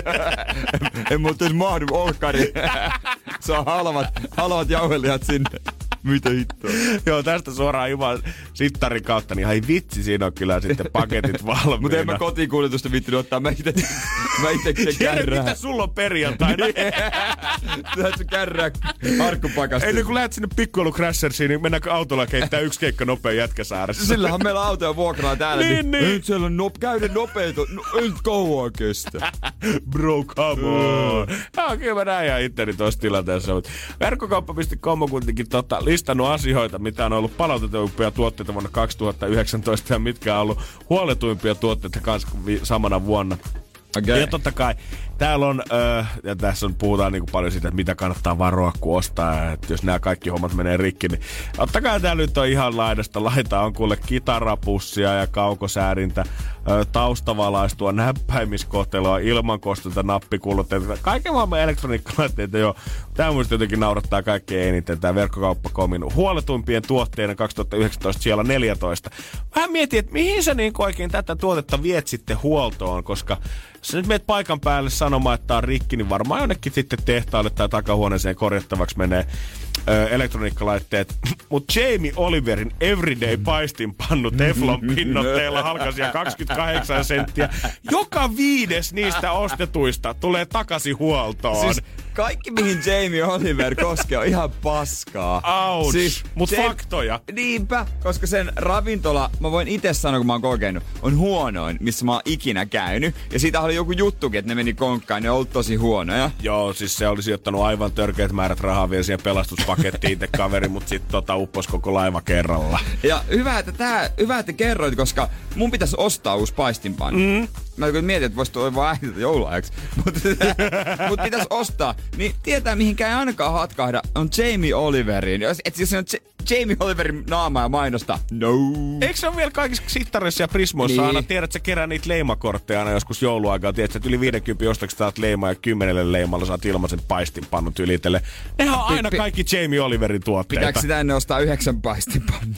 En muuten mahdu olkkari. Se on halvat jauhelijat sinne. Mitä hittoa? Joo, tästä suoraan Juman sittarin kautta, niin ai vitsi, siinä on kyllä sitten paketit valmiina. Mutta en mä kotiinkuljetusta viittinyt ottaa, mä itse kärrää. Mitä sulla on perjantaina? Lähet sun kärrää arkkupakasta. Ennen kuin lähet sinne pikkuilu Crashersiin, niin mennäänkö autolla keittää yksi keikka nopea Jätkäsaaressa? Sillähän meillä autoja vuokraa täällä. niin. Nyt siellä on käydä nopeeta. No, ei kauan kestä. Bro, come on. Kyllä mä näin ihan itteni tuossa tilanteessa. Verkkokauppa.com on kuitenkin listannut asioita, mitä on ollut palautetuimpia tuotteita vuonna 2019 ja mitkä on ollut huoletuimpia tuotteita kanssa samana vuonna. Okay. Ja totta kai täällä on, ja tässä puhutaan niin kuin paljon siitä, että mitä kannattaa varoa, kun ostaa, että jos nämä kaikki hommat menee rikki, niin totta kai täällä nyt on ihan laidasta laitaa, on kuule kitarapussia ja kaukosäädintä, taustavalaistua, näppäimiskohtelua, ilmankostelta, nappikulutteita, kaiken maailman elektroniikkalaitteita jo. Tämä muista jotenkin naurattaa kaikkein eniten, tämä verkkokauppa.comin huoletuimpien tuotteiden 2019 siellä 14. Vähän mietin, että mihin sä niin oikein tätä tuotetta viet sitten huoltoon, koska jos nyt meet paikan päälle sanomaan, että tää on rikki, niin varmaan jonnekin sitten tehtaalle tai takahuoneeseen korjattavaksi menee elektroniikkalaitteet. Mutta Jamie Oliverin Everyday paistinpannu teflon pinnotteella halkasia 28 senttiä. Joka 5 niistä ostetuista tulee takaisin huoltoon. Siis kaikki, mihin Jamie Oliver koskee, on ihan paskaa. Ouch. Siis, mut faktoja. Niinpä, koska sen ravintola, mä voin itse sanoa, kun mä oon kokenut, on huonoin, missä mä oon ikinä käynyt. Ja siitä oli joku juttukin, että ne meni lonkkaan, ne on ollut tosi huonoja. Joo, siis se olisi ottanut aivan törkeät määrät rahaa vielä siihen pelastuspakettiin itse kaveri, mutta sitten upposi koko laiva kerralla. Ja hyvä, että kerroit, koska mun pitäisi ostaa uusi paistinpannu. Mä mietin, että voisi toivoa äidiltä jouluajaksi. Mutta pitäisi ostaa. Niin tietää, mihinkään ei ainakaan hatkahda, on Jamie Oliverin. Jos on Jamie Oliverin naama ja mainosta, no. Eikö se ole vielä kaikissa sittareissa ja Prismoissa aina? Tiedät, että sä kerää niitä leimakortteja aina joskus jouluaikaa. Tiedät, että yli 50 ostaks saat leimaa ja 10 leimalla saat ilmaisen paistinpannun tylitelle. Nehän on aina kaikki Jamie Oliverin tuotteita. Pitääkö sitä ennen ostaa 9 paistinpannua?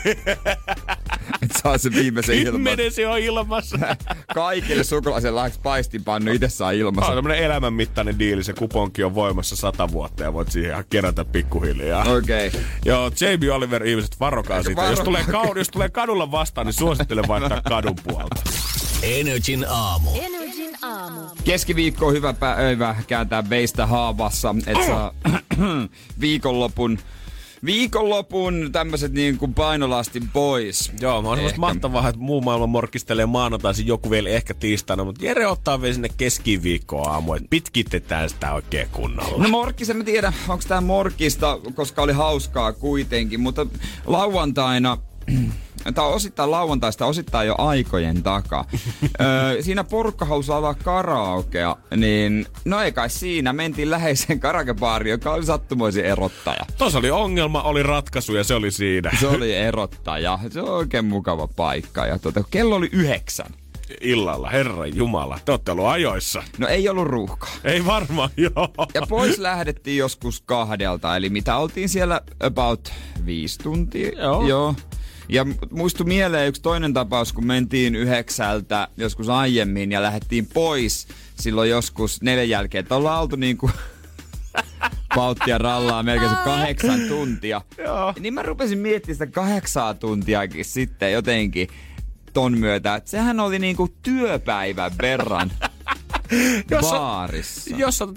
Et saa se viimeisen ilman. 10 se on ilmassa. Kaikille sukulaisille lähdeks paistinpannu, itse saa ilmassa. On tämmönen elämänmittainen diili. Se kuponki on voimassa 100 vuotta ja voit siihen kerätä pikkuhiljaa. Okei. Okay. Joo, Jamie Oliver, ihmiset, varokaa siitä. Jos tulee kadulla vastaan, niin suosittelen vaihtaa kadun puolta. Energin aamu. Keskiviikko on hyvä päivä kääntää veistä haavassa, että saa viikonlopun tämmöset niinku painolastin pois. Joo, mä oon semmoista mahtavaa, että muu maailma morkistelee maanantaisin, joku vielä ehkä tiistaina, mutta Jere ottaa vielä sinne keskiviikkoon aamu, että pitkitetään sitä oikein kunnolla. No morkkis, en mä tiedä, onko tää morkkista, koska oli hauskaa kuitenkin, mutta lauantaina... Tämä on osittain lauantaista, osittain jo aikojen takaa. Siinä porukka halusi avaa karaokea, niin no ei kai siinä. Mentiin läheiseen karaokebaariin, joka oli sattumoisin erottaja. Tuossa oli ongelma, oli ratkaisu ja se oli siinä. Se oli erottaja. Se on oikein mukava paikka. Ja kello oli 9. Illalla, herran jumala. Te ootte ollut ajoissa. No ei ollut ruuhkaa. Ei varmaan, joo. Ja pois lähdettiin joskus 2, eli mitä oltiin siellä about 5 tuntia. Joo. Ja muistui mieleen yksi toinen tapaus, kun mentiin 9 joskus aiemmin ja lähdettiin pois silloin joskus 4 jälkeen. Että ollaan oltu niinku pauttia rallaa melkein 8 tuntia. Joo. Niin mä rupesin miettimään sitä 8 tuntiakin sitten jotenkin ton myötä. Että sehän oli niinku työpäivän verran. Baarissa. Jos sä otat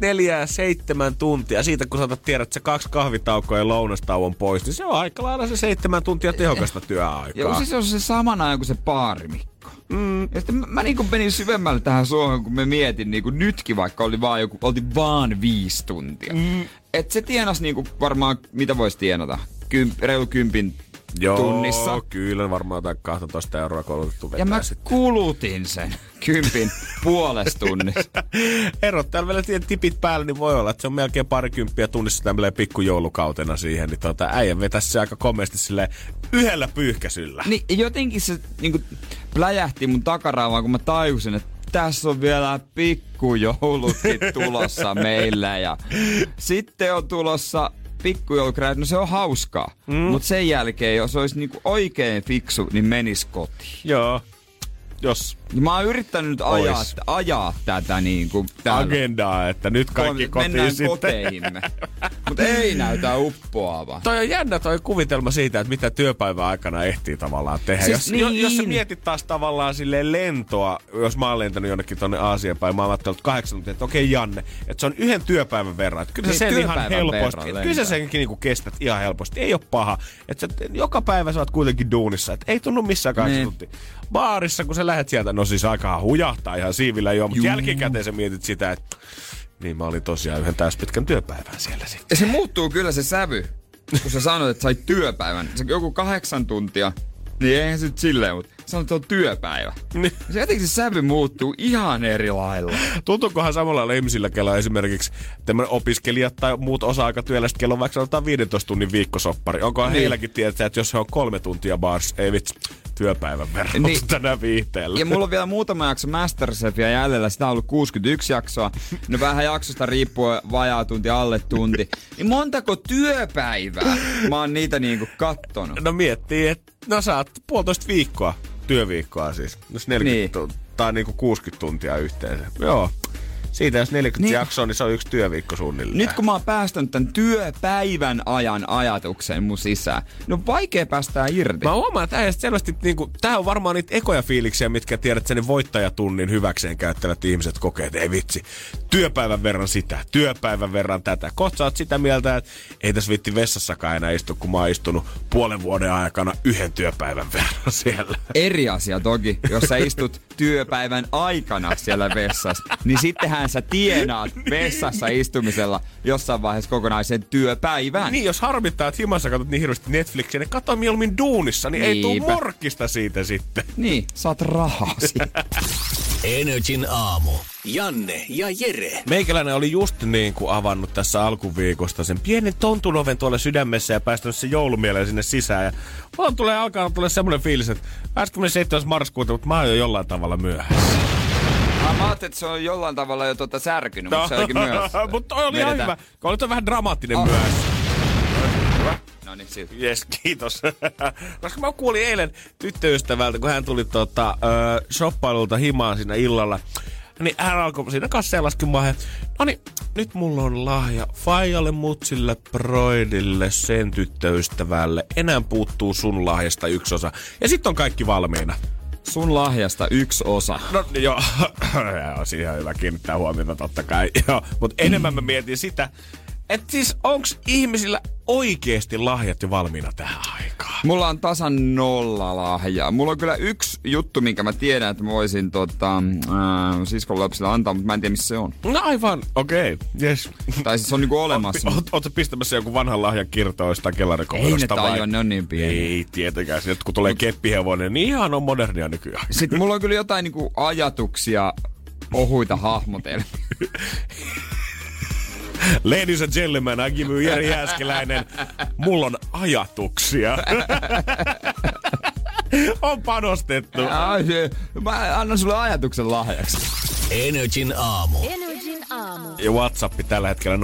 4-7 tuntia, siitä kun sä tiedät, että se 2 kahvitaukoa ja lounastauon pois, niin se on aika lailla se 7 tuntia tehokasta työaikaa. Joo, siis se on se saman ajan kuin se baarimikko. Ja sitten mä niinku menin syvemmälle tähän suohon, kun me mietin niinku nytkin, vaikka oltiin vaan 5 tuntia. Et se tienas niinku varmaan, mitä vois tienata, reilu 10 tunnissa. Joo, kyllä varmaan jotain 12 euroa koulutettu vetää. Ja mä kulutin sen 10 puolesta tunnissa. Erot täällä vielä tipit päällä, niin voi olla, että se on melkein 20 tunnissa tämmöinen pikkujoulukautena siihen. Niin äijän vetäisi se aika komeasti silleen yhdellä pyyhkäisyllä. Niin jotenkin se niinku pläjähti mun takaraavaan, kun mä tajusin, että tässä on vielä pikkujoulutkin tulossa meillä. Ja sitten on tulossa pikkujoulukräät, no se on hauskaa. Mutta sen jälkeen, jos olisi niinku oikein fiksu, niin menis kotiin. Joo. Jos. Mä oon yrittänyt nyt ajaa tätä niinku agendaa, että nyt kaikki kotiin mennään sitten. koteihimme. Mut ei näytä uppoavan. Toi on jännä toi kuvitelma siitä, että mitä työpäivän aikana ehtii tavallaan tehdä. Siis jos sä mietit taas tavallaan silleen lentoa, jos mä oon lentänyt jonnekin tonne Aasiaan päin, mä oon ajatellut 8 tuntia, että okei Janne, että se on 1 työpäivän verran. Että kyllä niin, sen ihan helposti. Kyllä sä senkin niinku kestät ihan helposti. Ei oo paha. Että joka päivä sä oot kuitenkin duunissa. Että ei tunnu missään 8 tuntia. Baarissa, kun sä lähdet sieltä, no siis aikaa hujahtaa ihan siivillä jo, mutta jälkikäteen sä mietit sitä, että niin mä olin tosiaan 1 täyspitkän työpäivän siellä sitten. Ja se muuttuu kyllä se sävy, kun sä sanoit, että sait työpäivän. Se joku 8 tuntia, niin eihän se nyt silleen, mutta sanoit, että on työpäivä. Niin. Se jotenkin se sävy muuttuu ihan eri lailla. Tuntuukohan samalla lailla ihmisillä, kello esimerkiksi tämmöinen opiskelijat tai muut osa-aikatyöläiset, kello on vaikka sanotaan 15 tunnin viikkosoppari. Onkohan heilläkin tietää, että jos he on 3 tuntia baarissa, ei vitsi, työpäivän verran niin, tänään viihteellä. Ja mulla on vielä muutama jakso Masterchefia jäljellä. Sitä on ollut 61 jaksoa. No vähän jaksosta riippuen vajaa tunti, alle tunti. Niin montako työpäivää mä oon niitä niinku kattonut? No miettii, että no sä oot 1,5 viikkoa, työviikkoa siis. Jos 40 tai niinku 60 tuntia yhteensä. Joo. Siitä jos 40 jaksoa, niin se on 1 työviikko suunnilleen. Nyt kun mä oon päästänyt tän työpäivän ajan ajatuksen mun sisään, no vaikea päästää irti. Mä huomaan, että äijästä selvästi, niinku, tää on varmaan niitä ekoja fiiliksiä, mitkä tiedät, että sen voittajatunnin hyväkseen käyttävät ihmiset kokee, että ei vitsi, työpäivän verran sitä, työpäivän verran tätä. Kohta sä oot sitä mieltä, että ei tässä vitti vessassakaan enää istu, kun mä oon istunut 0,5 vuoden aikana 1 työpäivän verran siellä. Eri asia toki, jos sä istut työpäivän aikana siellä vessassa, niin sittenhän sä tienaat vessassa istumisella jossain vaiheessa kokonaisen työpäivän. Niin, jos harmittaa, että himassa katsot niin hirveästi Netflixiä, niin katso mieluummin duunissa, niin ei tuu morkkista siitä sitten. Niin, saat rahaa siitä. Energin aamu. Janne ja Jere. Meikäläinen oli just niin kuin avannut tässä alkuviikosta sen pienen tontun oven tuolla sydämessä ja päästänyt sen joulumieleen sinne sisään. Ja mulla alkaa tulla semmoinen fiilis, että 27. marraskuuta, mutta mä oon jo jollain tavalla myöhässä. Mä ajattelin, että se on jollain tavalla jo särkynyt, mutta se olikin myöhässä. Mutta toi oli ihan hyvä. Oli vähän dramaattinen myöhässä. No niin, siltä. Jes, kiitos. Koska mä kuulin eilen tyttöystävältä, kun hän tuli shoppailulta himaan siinä illalla, niin hän alkoi siinä kasseen laskemaan. No niin, nyt mulla on lahja faijalle, mutsille, broidille, sen tyttöystävälle. Enää puuttuu sun lahjasta yksi osa. Ja sitten on kaikki valmiina. Sun lahjasta yksi osa. No joo, siihen on hyvä kiinnittää huomiota totta kai. Mutta enemmän mä mietin sitä, että siis onks ihmisillä oikeesti lahjat jo valmiina tähän aikaan? Mulla on tasan 0 lahjaa. Mulla on kyllä yksi juttu, minkä mä tiedän, että mä voisin siskon lapsille antaa, mutta mä en tiedä, missä se on. No aivan, okei, jes. Tai siis se on niinku olemassa. Ootko pistämässä joku vanhan lahjan kirtoista kellarikomerosta vai? Ei ne on niin pieniä. Ei tietenkään, sitten kun tulee keppihevonen, niin ihan on modernia nykyään. Sitten mulla on kyllä jotain niinku ajatuksia ohuita hahmotelmia. Ladies and gentlemen, I give you Jere Jääskeläinen. Mulla on ajatuksia. On panostettu. Mä annan sulle ajatuksen lahjaksi. Energin aamu. Ja WhatsApp tällä hetkellä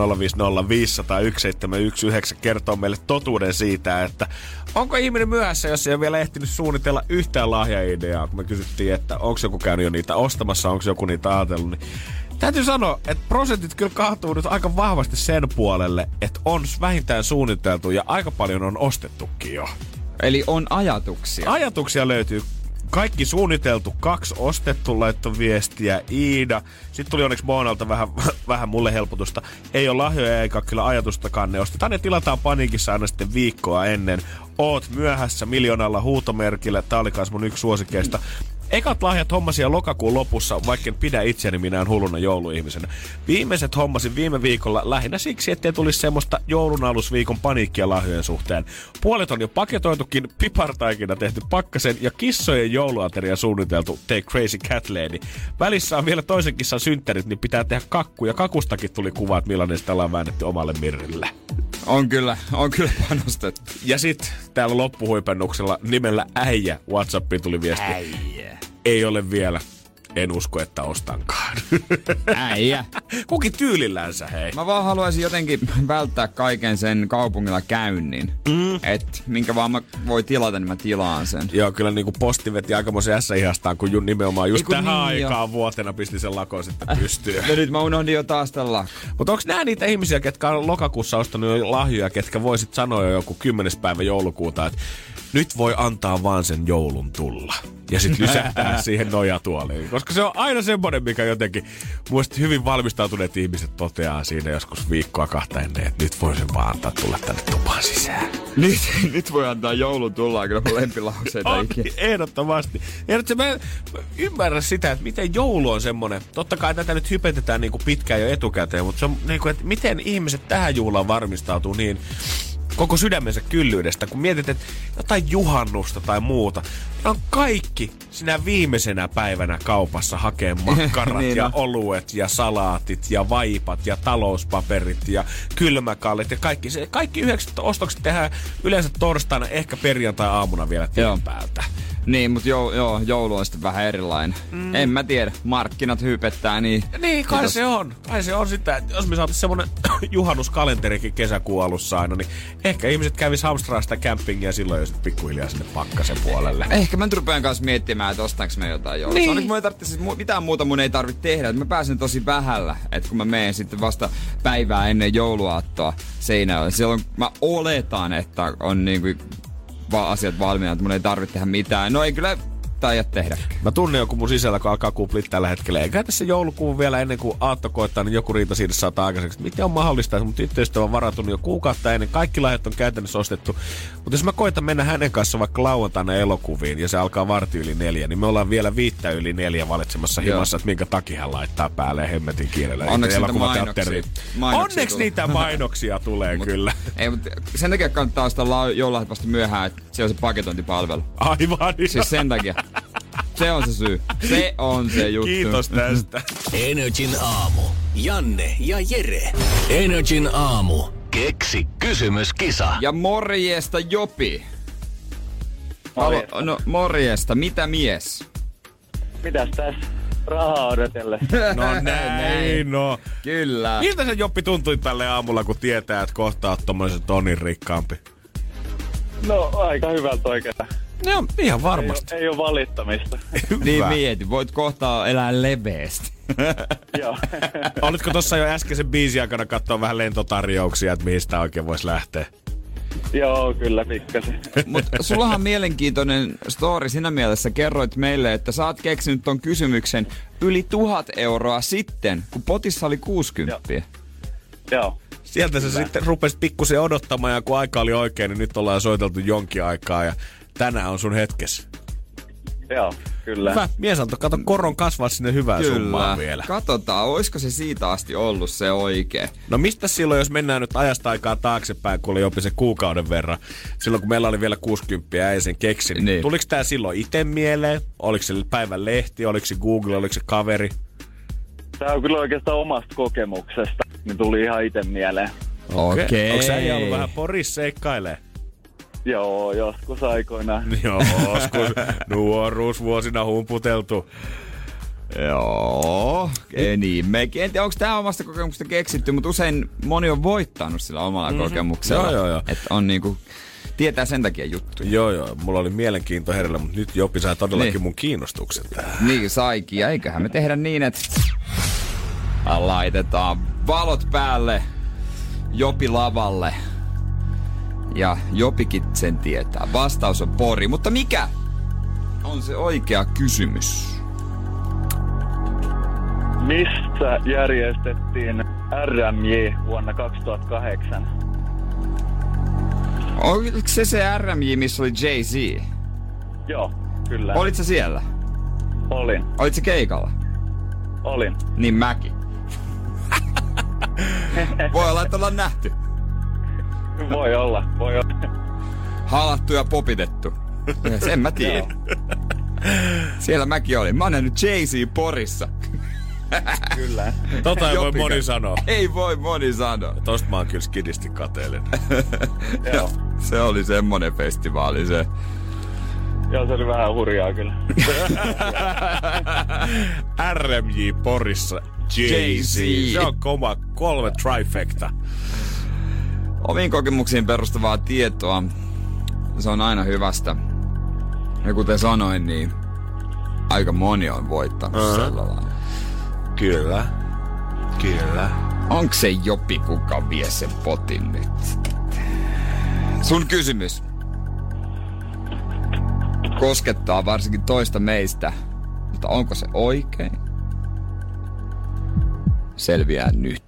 050501719 kertoo meille totuuden siitä, että onko ihminen myöhässä, jos ei ole vielä ehtinyt suunnitella yhtään lahjaideaa. Kun me kysyttiin, että onko joku käynyt jo niitä ostamassa, onko joku niitä ajatellut, niin täytyy sanoa, että prosentit kyllä kaatuu nyt aika vahvasti sen puolelle, että on vähintään suunniteltu ja aika paljon on ostettukin jo. Eli on ajatuksia. Ajatuksia löytyy. Kaikki suunniteltu, 2 ostettu, laittoi viestiä Iida. Sitten tuli onneksi Boonalta vähän mulle helpotusta. Ei ole lahjoja eikä kyllä ajatustakaan. Ne ostetaan ja tilataan paniikissa aina sitten viikkoa ennen. Oot myöhässä miljoonalla huutomerkillä. Tää oli kans mun yksi suosikeista. Ekat lahjat hommasin lokakuun lopussa, vaikka en pidä itseäni minään hulluna jouluihmisenä. Viimeiset hommasin viime viikolla lähinnä siksi, ettei tulisi semmoista joulun alusviikon paniikkia lahjojen suhteen. Puolet on jo paketoitukin, pipartaikina tehty pakkasen ja kissojen jouluateria suunniteltu Take Crazy Cat Lady. Välissä on vielä toisen kissan synttärit, niin pitää tehdä kakku ja kakustakin tuli kuva, että millainen sitä ollaan väännetty omalle mirrille. On kyllä panostettu. Ja sit täällä loppuhuipennuksella nimellä Äijä WhatsAppiin tuli viesti. Äijä. Ei ole vielä. En usko, että ostankaan. Äijä. Kukin tyylillänsä, hei. Mä vaan haluaisin jotenkin välttää kaiken sen kaupungilla käynnin. Et minkä vaan mä voi tilata, niin mä tilaan sen. Joo, kyllä niinku posti veti aikamoisen ihastaan, kun nimenomaan just tähän niin aikaan vuotena pisti sen lakon sitten pystyyn. Ja nyt mä unohdin jo taas tämän lakon. Mutta onks nää niitä ihmisiä, ketkä on lokakuussa ostanut jo lahjoja, ketkä voisit sanoa jo joku 10. päivä joulukuuta, että nyt voi antaa vaan sen joulun tulla. Ja sit lysähtää siihen nojatuoliin. Koska se on aina semmoinen, mikä jotenkin muista hyvin valmistautuneet ihmiset toteaa siinä joskus viikkoa 2 ennen, että nyt voi sen vaan antaa tulla tänne tupaan sisään. Nyt voi antaa joulun tulla, kyllä mun lempilauseita ikinä. Ehdottomasti. Mä ymmärrän sitä, että miten joulu on semmoinen. Totta kai tätä nyt hypetetään niinku pitkään jo etukäteen, mutta se on niinku, että miten ihmiset tähän juhlaan varmistautuu niin koko sydämensä kyllyydestä, kun mietit, että jotain juhannusta tai muuta. Ne on kaikki sinä viimeisenä päivänä kaupassa hakee makkarat niin ja oluet ja salaatit ja vaipat ja talouspaperit ja kylmäkallit ja kaikki 9 ostokset tehdään yleensä torstaina, ehkä perjantai-aamuna vielä tien päältä. Niin, mutta joulu on sitten vähän erilainen. En mä tiedä. Markkinat hypettää, niin... Niin, kai se on. Kai se on sitä, että jos me saatais semmonen juhannuskalenterikin kesäkuun alussa aina, niin ehkä ihmiset kävis hamstraa sitä campingia silloin jo sitten pikkuhiljaa sinne pakkasen puolelle. Ehkä mä nyt rupean kanssa miettimään, että ostaanko mä jotain joulussa. Niin. Onneksi mun ei tarvitse, mitään muuta mun ei tarvitse tehdä. Että mä pääsen tosi vähällä, että kun mä menen sitten vasta päivää ennen jouluaattoa Seinäjoelle. Silloin mä oletan, että on niinku asiat valmiina, että mun ei tarvitse tehdä mitään. No ei kyllä Mitä aiot tehdä? Mä tunnen joku mun sisällä, kun alkaa kuplit tällä hetkellä. Eikä tässä joulukuun vielä ennen kuin aatto koittaa, niin joku riita siitä saattaa aikaiseksi. Miten on mahdollista, että mun tyttöystävä on varatunut jo kuukautta ennen. Kaikki lahjat on käytännössä ostettu. Mutta jos mä koitan mennä hänen kanssa vaikka lauantaina elokuviin ja se alkaa 3:45, niin me ollaan vielä 5:04 valitsemassa himassa, että minkä takia hän laittaa päälle hemmetin kielellä. Onneksi niitä mainoksia tulee kyllä. Ei, mutta sen takia kannattaa ostaa joululahjat vasta myöhään, että se on se paketointipalvelu. Aivan. Siis sen takia. Se on se syy. Se on se juttu. Kiitos tästä. Energin aamu. Janne ja Jere. Energin aamu. Keksi kysymyskisa. Ja morjesta Jopi. No morjesta. Mitä mies? Mitäs tässä? Rahaa odotelle. No näin, no. Kyllä. Miltä se Joppi tuntui tälle aamulla, kun tietää, että kohta oot tommoisen tonnin rikkaampi? No aika hyvältä oikeastaan. No ihan varmasti. Ei ole valittamista. Niin mieti, voit kohta elää leveästi. Joo. Olitko tossa jo äskeisen biisin aikana katsoa vähän lentotarjouksia, että mihin sitä oikein voisi lähteä? Joo, kyllä pikkasen. Mutta sullahan on mielenkiintoinen story siinä mielessä. Kerroit meille, että sä oot keksinyt ton kysymyksen yli 1,000 euroa sitten, kun potissa oli 60. Joo. Sieltä sä sitten rupesit pikkusen odottamaan ja kun aika oli oikein, niin nyt ollaan soiteltu jonkin aikaa ja tänään on sun hetkes. Joo, kyllä. Hyvä. Mies antoi kato koron kasvaa sinne hyvää summaa vielä. Katsotaan, olisiko se siitä asti ollut se oikee. No mistä silloin, jos mennään nyt ajasta aikaa taaksepäin, kun oli jopi se kuukauden verran, silloin kun meillä oli vielä 60 ja ei sen keksin, niin tuliko tää silloin ite mieleen? Oliko se päivän lehti, oliko se Google, oliko se kaveri? Tää on kyllä oikeastaan omasta kokemuksesta, niin tuli ihan ite mieleen. Okei. Onko sä ollut vähän Porissa seikkailee? Joo, joskus aikoinaan. Joskus nuoruusvuosina humputeltu. Joo, niin mekin. En tiedä, onko tää omasta kokemuksesta keksitty, mutta usein moni on voittanut sillä omalla kokemuksella. Joo. Että on niinku, tietää sen takia juttuja. Joo, mulla oli mielenkiinto herellä, mutta nyt Jopi sai todellakin mun kiinnostuksen tähän. Niin saikin, ja eiköhän me tehdä niin, että laitetaan valot päälle Jopi lavalle. Ja Jopikin sen tietää. Vastaus on Pori. Mutta mikä on se oikea kysymys? Missä järjestettiin RMJ vuonna 2008? Oliko se RMJ, missä oli Jay-Z? Joo, kyllä. Olit sä siellä? Olin. Olit sä keikalla? Olin. Niin mäkin. Voi olla, että ollaan nähty. Voi olla. Halattu ja popitettu. Sen mä tiedän. Siellä mäkin olin. Mä oon nähnyt Jay-Z Porissa. Kyllä. Tota ei voi moni sanoa. Ei voi moni sanoa. Tosta mä oon kyllä skidisti kateellinen. Joo. Se oli semmonen festivaali se. Joo, se oli vähän hurjaa kyllä. RMJ Porissa Jay-Z. Se on kova 3 trifecta. Omiin kokemuksiin perustuvaa tietoa. Se on aina hyvästä. Ja kuten sanoin, niin aika moni on voittanut sellainen. Kyllä. Onko se Jopi, kuka vie sen potin nyt? Sun kysymys koskettaa varsinkin toista meistä, mutta onko se oikein? Selviää nyt.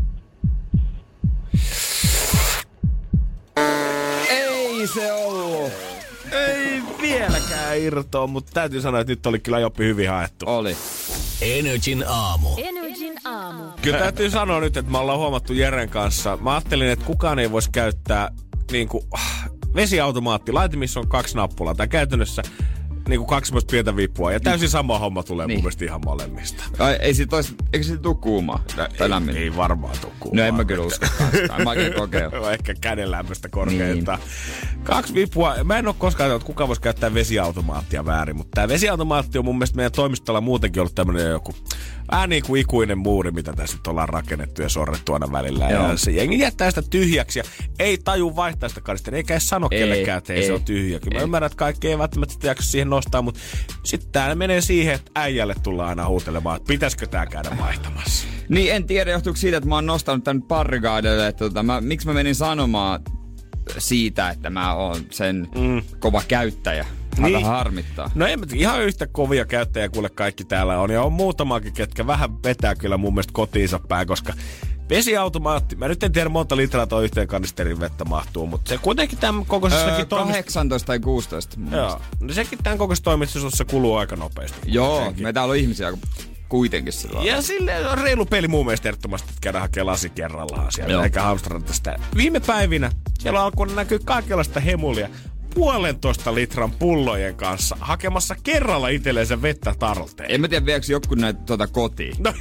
Ei se ollut. Ei vieläkään irtoa, mutta täytyy sanoa, että nyt oli kyllä Joppi hyvin haettu. Oli. Energin aamu. Kyllä täytyy sanoa nyt, että me ollaan huomattu Jeren kanssa. Mä ajattelin, että kukaan ei voisi käyttää niinku vesiautomaatti, laite missä on 2 nappulaa. Tai käytännössä niinku 2 pientä vippua. Ja täysin sama homma tulee mun mielestä ihan molemmista. Eikö siitä tuu kuumaa? Ei varmaan tuu kuumaa. No en mä kyllä usko. En mä oikein kokeilla. Ehkä kädenlämpöistä korkeinta. Niin. 2 vippua. Mä en oo koskaan ajatellut, että kukaan voisi käyttää vesiautomaattia väärin. Mutta tää vesiautomaatti on mun mielestä meidän toimistolla muutenkin ollut tämmönen joku vähän niin kuin ikuinen muuri, mitä tässä nyt ollaan rakennettu ja sorrettu aina välillä. Ja se jengi jättää sitä tyhjäksi ja ei taju vaihtaa sitä kadista. Eikä edes sano kellekään, että se on tyhjä. Kyllä mä ymmärrän, että kaikki ei välttämättä sitä jaksa siihen nostaa, mutta sitten tää menee siihen, että äijälle tullaan aina huutelemaan, että pitäisikö tää käydä vaihtamassa. Niin, en tiedä, johtuuko siitä, että mä oon nostanut tän Parrigaidelle, että miksi mä menin sanomaan siitä, että mä oon sen kova käyttäjä. Vähän harmittaa. No en ihan yhtä kovia käyttäjiä kuule kaikki täällä on. Ja on muutamakin, ketkä vähän vetää kyllä mun mielestä kotiinsa päin, koska vesiautomaatti, mä nyt en tiedä monta litraa tuo yhteen kanisterin vettä mahtuu, mutta se kuitenkin tämän kokoisessakin 18 tai 16. Joo, no sekin tämän kokoisessa toimistossa kuluu aika nopeasti. Joo, me täällä on ihmisiä kuitenkin sillä. Ja silleen on reilu peli mun mielestä ehdottomasti, että käydään hakemaan lasi kerrallaan siellä, eikä hamstrata sitä. Viime päivinä siellä alkoi näkyä kaikenlaista hemulia 1,5 litran pullojen kanssa hakemassa kerralla itselleensä vettä talteen. En mä tiedä, viekö joku näitä kotiin. No.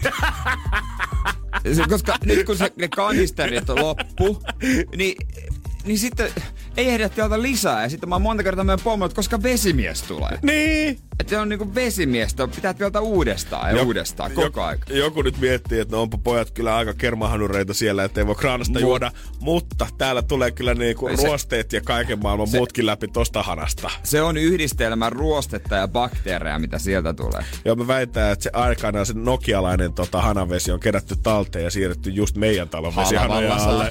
Koska nyt kun ne kanisterit loppu, niin sitten ei ehdä täältä lisää. Ja sitten mä oon monta kertaa meidän pommoilla, koska vesimies tulee. Niin. Että on niinku vesimies, pitää vielä uudestaan ja uudestaan koko aika. Joku nyt miettii, että no onpa pojat kyllä aika kermahanureita siellä, ettei voi kraanasta juoda. Mutta täällä tulee kyllä niinku ruosteet ja kaiken maailman muutkin läpi tosta hanasta. Se on yhdistelmä ruostetta ja bakteereja, mitä sieltä tulee. Joo, mä väitän, että se aikanaan se nokialainen hanavesi on kerätty talteen ja siirretty just meidän talon vesihanojen alle.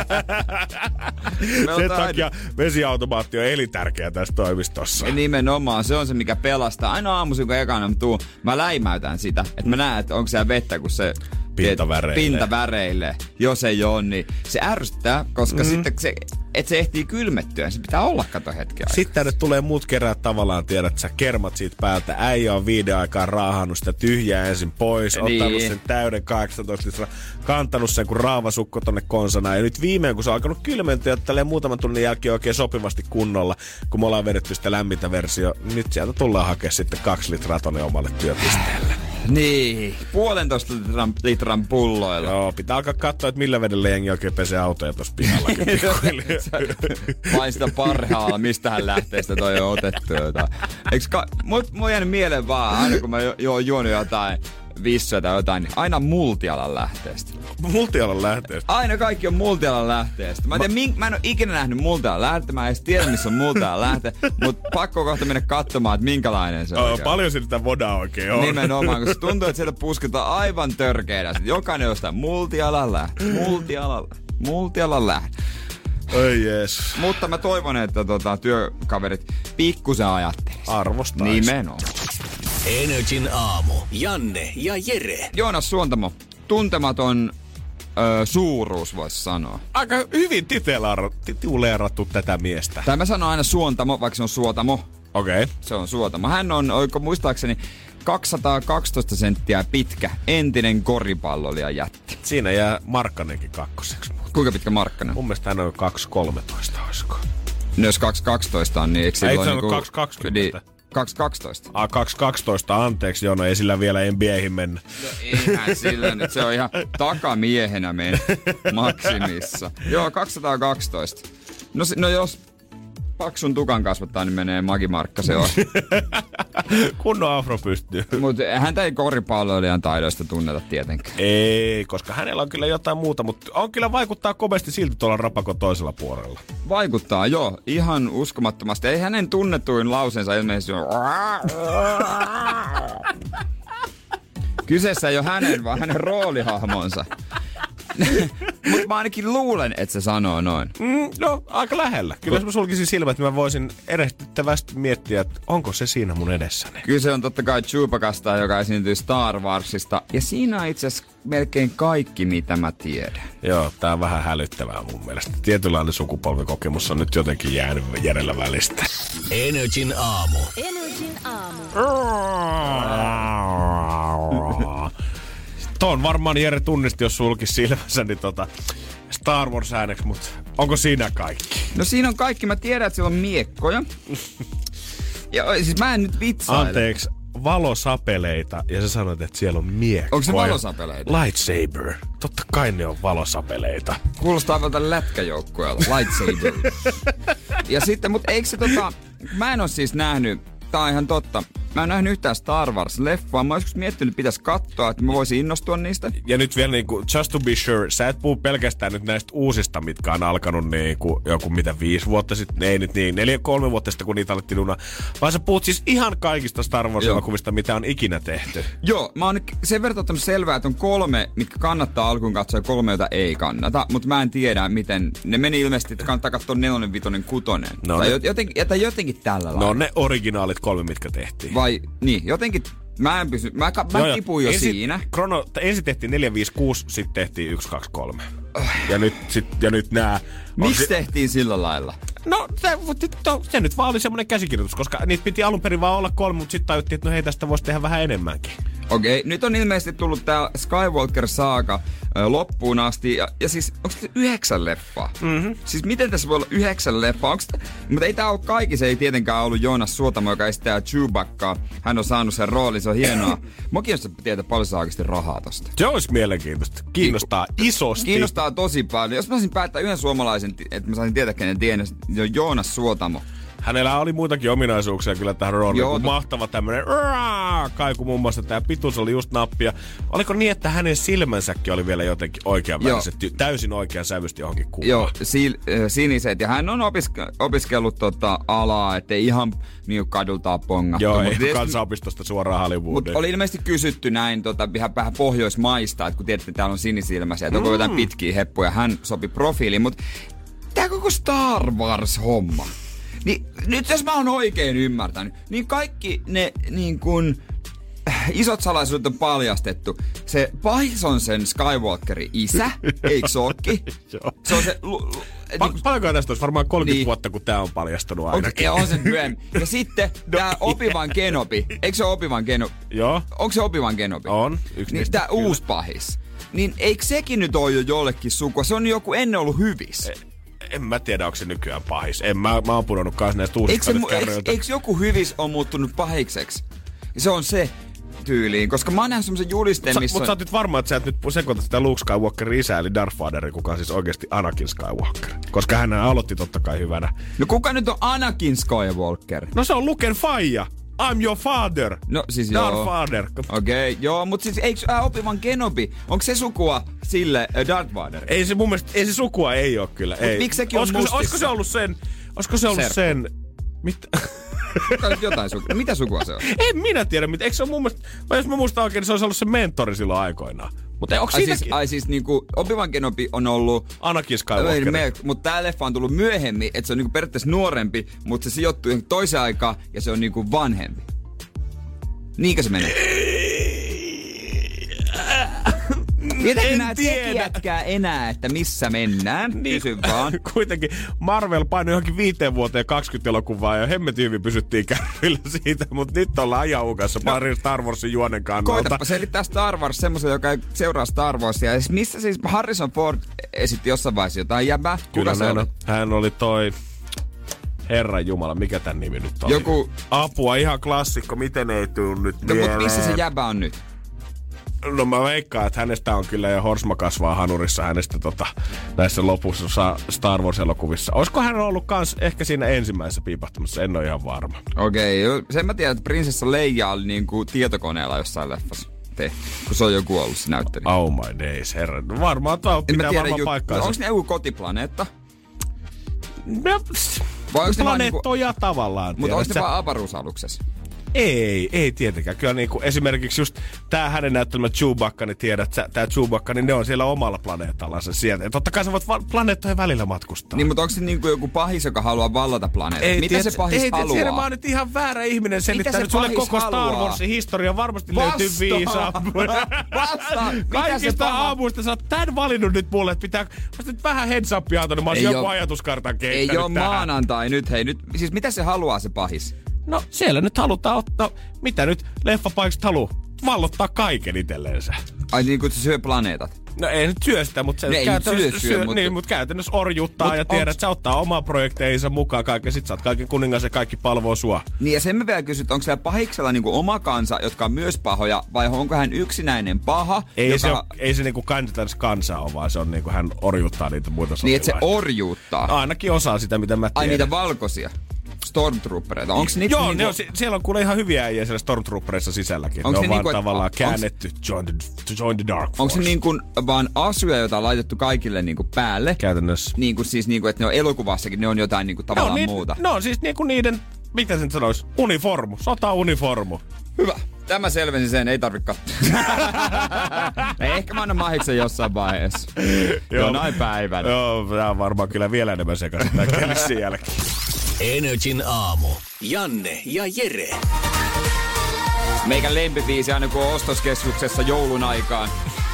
Sen takia vesiautomaatti on elintärkeä tässä toimistossa. Ja nimenomaan, se on se mikä pelastaa. Aina aamuisin kun ekana mä läimäytän sitä, että mä näen, että onko siellä vettä, kun se pintaväreille. Jos ei ole, niin se ärsyttää, koska sitten että se ehtii kylmettyä, se pitää olla kato hetki aikaa. Sitten tänne tulee muut kerää tavallaan, tiedät, että sä kermat siitä päältä. Äijä on 5 aikaa raahannut sitä tyhjää ensin pois, ottanut sen täyden 18 litraa, kantanut sen kuin raavasukko tonne konsana. Ja nyt viimein, kun se on alkanut kylmentyä, että tälleen muutaman tunnin jälkeen oikein sopivasti kunnolla, kun me ollaan vedetty sitä lämmintä versio, nyt sieltä tullaan hakemaan sitten 2 litraa tonne omalle työpisteelle. Niin, 1,5 litran pulloilla. Joo, pitää alkaa katsoa, että millä vedellä jengi oikein pesee autoja tuossa pihallakin. Vain sitä parhaalla, mistähän lähteestä toi on otettu jotain. Mulla on jäänyt mieleen vaan, aina kun mä oon juonut jotain vissuja tai jotain, niin aina Multialan lähteestä. Multialan lähteestä? Aina kaikki on Multialan lähteestä. Mä en ole ikinä nähnyt Multialan lähteä, mä en edes tiedä missä on Multialan lähte, mutta pakko kohta mennä katsomaan, että minkälainen se on. Paljon sitä vodaa oikein on. Nimenomaan, koska se tuntuu, että sieltä pusketaan aivan törkeänä. Jokainen on sitä Multialan lähtö, Multialan lähtö. Oi jees. Mutta mä toivon, että työkaverit pikkusen ajattelis. Arvostais. Nimenomaan. Energin aamu. Janne ja Jere. Joonas Suontamo. Tuntematon suuruus voisi sanoa. Aika hyvin tituleerattu tätä miestä. Tai mä sanon aina Suontamo, vaikka se on Suotamo. Okei. Okay. Se on Suotamo. Hän on, oiko muistaakseni, 212 senttiä pitkä entinen koripalloilija jätti. Siinä jää Markkanenkin kakkoseksi. Kuinka pitkä Markkanen? Mun mielestä hän on 2.13, olisiko? No jos 2.12 on, niin eikö silloin niinku... 2.20? Niin, 2.12. 2.12, anteeksi, Jono, ei sillä vielä NBA:hin mennä. No eihän sillä nyt, se on ihan takamiehenä meidän maksimissa. Joo, 212. No jos paksun tukan kasvattaa, niin menee Magimarkka se on. Kunnon afro pystyy. Mutta häntä ei koripalloilijan taidoista tunneta tietenkään. Ei, koska hänellä on kyllä jotain muuta, mutta on kyllä vaikuttaa kovasti silti tuolla rapakon toisella puolella. Vaikuttaa, joo. Ihan uskomattomasti. Ei hänen tunnetuin lauseensa ilmeisesti ole... Kyseessä ei ole hänen, vaan hänen roolihahmonsa. Mutta mä ainakin luulen, että se sanoo noin. No, aika lähellä. Kyllä jos mä sulkisin silmät, että mä voisin erehdyttävästi miettiä, että onko se siinä mun edessäni. Kyllä se on totta kai Chewbacasta, joka esiintyy Star Warsista. Ja siinä on itse asiassa melkein kaikki, mitä mä tiedän. Joo, tää on vähän hälyttävää mun mielestä. Tietynlainen sukupolvikokemus on nyt jotenkin jäänyt järjellä välistä. Energin aamu. Tuon varmaan Jere tunnisti, jos sulkisi silmänsä, niin Star Wars-ääneksi, mutta onko siinä kaikki? No siinä on kaikki. Mä tiedän, että siellä on miekkoja. Ja siis mä en nyt vitsaile. Anteeksi, valosapeleita. Ja sä sanoit, että siellä on miekkoja. Onko se valosapeleita? Lightsaber. Totta kai ne on valosapeleita. Kuulostaa vältä lätkäjoukkueella. Lightsaber. Ja sitten, mutta eikö se mä en oo siis nähnyt, tää on ihan totta. mä en nähnyt yhtään Star Wars-leffaa. Mä olis miettinyt, että pitäisi katsoa, että mä voisin innostua niistä. Ja nyt vielä niinku, just to be sure, sä et puhu pelkästään nyt näistä uusista, mitkä on alkanut niinku joku 5 vuotta sitten, ei nyt niin, 3 vuotta sitten, kun niitä alettiin duunaa, vaan sä puhut siis ihan kaikista Star Wars-elokuvista, mitä on ikinä tehty. Joo, mä oon sen verran ottanut selvää, että on 3, mitkä kannattaa alkuun katsoa ja 3, joita ei kannata, mutta mä en tiedä, miten ne meni ilmeisesti, että kannattaa katsoa 4, 5, 6. No, tai jotenkin tällä lailla. No ne originaalit 3, mitkä tehtiin. Vai, niin, jotenkin mä tipuin jo siinä. Ensin tehtiin 4, 5, 6, sitten tehtiin 1, 2, 3. Ja nyt nää... Miksi tehtiin sillä lailla? No, se nyt vaan oli semmoinen käsikirjoitus, koska niitä piti alun perin vaan olla 3, mutta sitten tajuttiin, että no hei, tästä voisi tehdä vähän enemmänkin. Okei, nyt on ilmeisesti tullut tää Skywalker-saaga loppuun asti. Ja siis, onko se 9 leffaa? Mm-hmm. Siis miten tässä voi olla 9 leffaa? Mutta ei tää ole kaikki, se ei tietenkään ollut Joonas Suotamo, joka esittää Chewbaccaa. Hän on saanut sen roolin, se on hienoa. Mua kiinnostaa tietää paljon saa oikeasti rahaa tosta. Se olisi mielenkiintoista. Kiinnostaa isosti. Kiinnostaa tosi paljon. Jos mä saisin päättää yhden suomalaisen, että mä saisin tietää, kenen tiedän, niin on Joonas Suotamo. Hänellä oli muitakin ominaisuuksia kyllä tähän rooliin. Mahtava tämmönen kaiku, muun muassa tää pituus oli just nappia. Oliko niin, että hänen silmänsäkin oli vielä jotenkin oikeanväriset, täysin oikean sävysti johonkin kuvaan? Joo, siniset. Ja hän on opiskellut alaa, ettei ihan niin kadultaan pongattu. Joo, ei kansanopistosta suoraan Hollywoodiin. Mutta oli ilmeisesti kysytty näin vähän Pohjoismaista, että kun tiedätte, että täällä on sinisilmäisiä, että onko jotain pitkiä heppuja. Hän sopi profiiliin, mutta tää koko Star Wars-homma. Niin, nyt jos mä oon oikein ymmärtänyt, niin kaikki ne niin kun, isot salaisuudet on paljastettu. Se pahis on sen Skywalkerin isä, eikö se ookin? Se on se... Paljonko tästä olisi varmaan 30 vuotta, kun tää on paljastunut ainakin. On se myöhemmin. Ja sitten tää Obi-Wan Kenobi. Eikö se Obi-Wan Kenobi? Joo. Onko se Obi-Wan Kenobi? On. Niin tää uusi pahis. Niin eikö sekin nyt ole jo jollekin sukua? Se on joku ennen ollut hyvis. En mä tiedä, onko se nykyään pahis. Mä oon pudonnut kans näistä uusista kärryiltä. Eikö joku hyvis on muuttunut pahikseksi? Se on se tyyliin, koska mä oon nähnyt semmosen julisteen, missä... Mutta sä oot nyt varma, että sä et nyt sekoita sitä Luke Skywalkerin isää, eli Darth Vaderin, kuka on siis oikeesti Anakin Skywalker. Koska hän aloitti totta kai hyvänä. No kuka nyt on Anakin Skywalker? No se on Luken faija. I'm your father. No siis Darth Vader. Okei, joo, mutta siis eikö Obi-Wan Kenobi, onko se sukua sille Darth Vader? Ei se mun mielestä, ei se sukua ei oo kyllä. Ei. Miksi sekin on mustissa? Olisiko se ollut sen... Mitä? Jotain sukua. Mitä sukua se on? En minä tiedä, eikö se ole mun mielestä... Jos mä muistan oikein, niin se olisi ollut se mentori silloin aikoinaan. Mutta onko siinäkin? Siis niinku Obi-Wan Kenobi on ollut... Anakin Skywalker. Mutta tää leffa on tullut myöhemmin, että se on niinku periaatteessa nuorempi, mutta se sijoittuu toiseen aikaan ja se on niinku vanhempi. Niinkö se menee? Mietin nää tekijätkää enää, että missä mennään. Niin, kysy vaan. Kuitenkin Marvel painoi johonkin 5 vuoteen 20 elokuvaa ja hemmetin hyvin pysyttiin kärryillä siitä, mutta nyt ollaan ajan hukassa pari Star Warsin juonen kannalta. Koitapa selittää Star Wars semmoisen, joka ei seuraa Star Warsia. Ja missä siis Harrison Ford esitti jossain vaiheessa jotain jäbää? Kuka se oli? Hän oli toi... Herran Jumala, mikä tän nimi nyt oli? Joku... Apua, ihan klassikko, miten ei tuu nyt mieleen? No, mutta missä se jäbä on nyt? No mä veikkaan, että hänestä on kyllä jo horsma kasvaa hanurissa hänestä näissä lopussa Star Wars-elokuvissa. Olisiko hän ollut kans ehkä siinä ensimmäisessä piipahtamassa? En ole ihan varma. Okei, sen mä tiedän, että prinsessa Leia oli niinku tietokoneella jossain leffassa tehty, kun se on joku ollut se näyttelijä. Oh my days, herra. Varmaan pitää varmaan paikkaansa. Onko ne joku kotiplaneetta? Planeettoja niinku, tavallaan. Mutta onko ne vaan avaruusaluksessa? Ei tietenkään. Kyllä niinku esimerkiksi just tää hänen näyttelemä Chewbacca, niin tiedät sä, tää Chewbacca, niin ne on siellä omalla planeetallansa sieltä. Ja totta kai sä voit planeettojen välillä matkustaa. Niin, mutta onko se niinku joku pahis, joka haluaa vallata planeetaa? Mitä se pahis haluaa? Ei, mä oon nyt ihan väärä ihminen selittänyt sulle koko Star Warsin historia. Varmasti löytyy viisaa. Kaikista aamuista sä oot tän valinnut nyt mulle, että pitää... Mä nyt vähän heads upia antanut, mä oon joku ajatuskartan kehittänyt. Ei oo maanantai nyt, hei nyt. Siis mitä se haluaa se pahis? No siellä nyt halutaan ottaa, mitä nyt leffapaikset haluu? Vallottaa kaiken itselleensä. Ai niin kuin se syö planeetat? No ei nyt syö sitä, mutta se käytännössä syö, mutta... Niin, mutta käytännössä orjuttaa ja tiedät, että sä ottaa omaa projekteihinsa mukaan kaiken, sit sä oot kaiken kuningas ja kaikki palvoo sua. Niin ja sen mä vielä kysyn, onko siellä pahiksella niinku oma kansa, jotka on myös pahoja, vai onko hän yksinäinen paha? Ei se niinku kansaa ole, vaan se on niinku hän orjuttaa niitä muita sotilaita. Niin että se orjuuttaa? Ainakin osaa sitä, mitä mä tiedän. Ai niitä valkoisia? Stormtroopereita. Onks Joo, niinku... siellä on kuule ihan hyviä äijä siellä Stormtroopereissa sisälläkin. Onks ne on vaan niinku, tavallaan käännetty join the dark force. Onko se niinku vaan asuja, joita on laitettu kaikille niinku päälle? Käytännössä. Niinku siis niinku, että ne on elokuvassakin, ne on jotain niinku tavallaan muuta. No siis niinku niiden, mitä sen sanois, uniformu, sota-uniformu. Hyvä. Tämä selvensi sen, ei tarvitse katsoa. Ehkä mä annan mahiksen jossain vaiheessa. Jonain päivänä. Joo, tää on varmaan kyllä vielä enemmän sekaisin tää kelissin jälkeen. Energin aamu. Janne ja Jere. Meikän lempibiisi aina kun on ostoskeskuksessa joulun aikaan.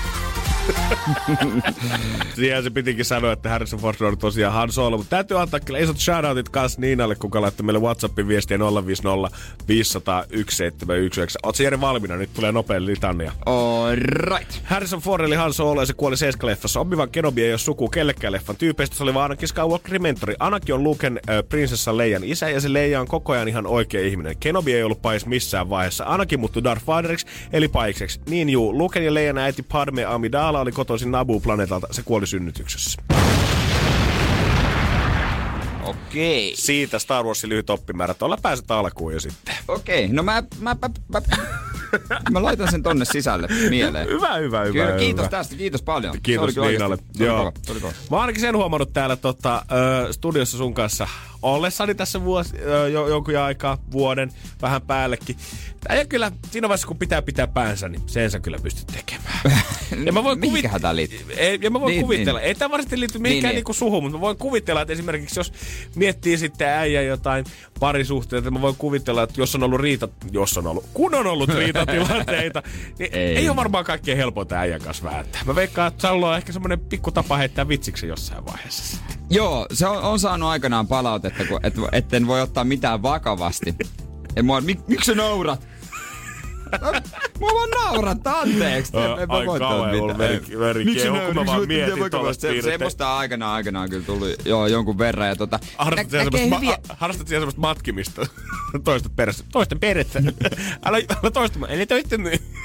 Siihen se pitikin sanoa, että Harrison Ford on tosiaan Han Solo, mutta täytyy antaa kyllä isot shoutoutit kanssa Niinalle, kuka laittoi meille WhatsAppin viestiä 050 500 1719. Oot sä Jere valmiina? Nyt tulee nopea litania. All right. Harrison Ford eli Han Solo ja se kuoli Seiska-leffassa. Obi-Wan Kenobi ei ole suku kellekään leffan tyypeistä. Se oli vaan Anakin Skywalkerin mentori. Anakin on Luken prinsessa Leijan isä ja se Leija on koko ajan ihan oikea ihminen. Kenobi ei ollut pais missään vaiheessa. Anakin muuttui Darth Vaderiksi eli paikseksi. Niin juu, Luken ja Leijan äiti Padme Amidala oli kotoisin Naboo-planeetalta. Se kuoli synnytyksessä. Okei. Siitä Star Warsin lyhyt oppimäärä. Tuolla pääset alkuun jo sitten. Okei, no mä laitan sen tonne sisälle mieleen. Hyvä. Kyllä, kiitos tästä, kiitos paljon. Kiitos Niinalle. Joo. Se oli kova. Mä oon ainakin sen huomannut täällä studiossa sun kanssa ollessani tässä jonkun aikaa, vuoden, vähän päällekin. Ja kyllä siinä vaiheessa, kun pitää päänsä, niin sen sä kyllä pystyt tekemään. Ja mä voin mihinkähän tää liittyy? Ja mä voin kuvitella. Ei tää varsinaisesti liity mihinkään niinku suhun, mutta mä voin kuvitella, että esimerkiksi jos miettii sitten äijä jotain parisuhteita, mä voin kuvitella, että kun on ollut riitatilanteita, niin ei ole varmaan kaikkein helpointa äijän kanssa vääntää. Mä veikkaan, että Sallo on ehkä semmonen pikku tapa heittää vitsiksi jossain vaiheessa sitten. Joo, se on saanut aikanaan palautetta, etten voi ottaa mitään vakavasti. Miksi sä naurat? Mua vaan naurattaa, anteeksi. Ai kauhean ollut veri kehu, kun mä vaan mietin tuollaista piirrettä. Semmoista aikanaan kyllä tuli jonkun verran. Ja harrastat siellä semmoista matkimista toisten perässä. Älä toistamaan. Eli toisten.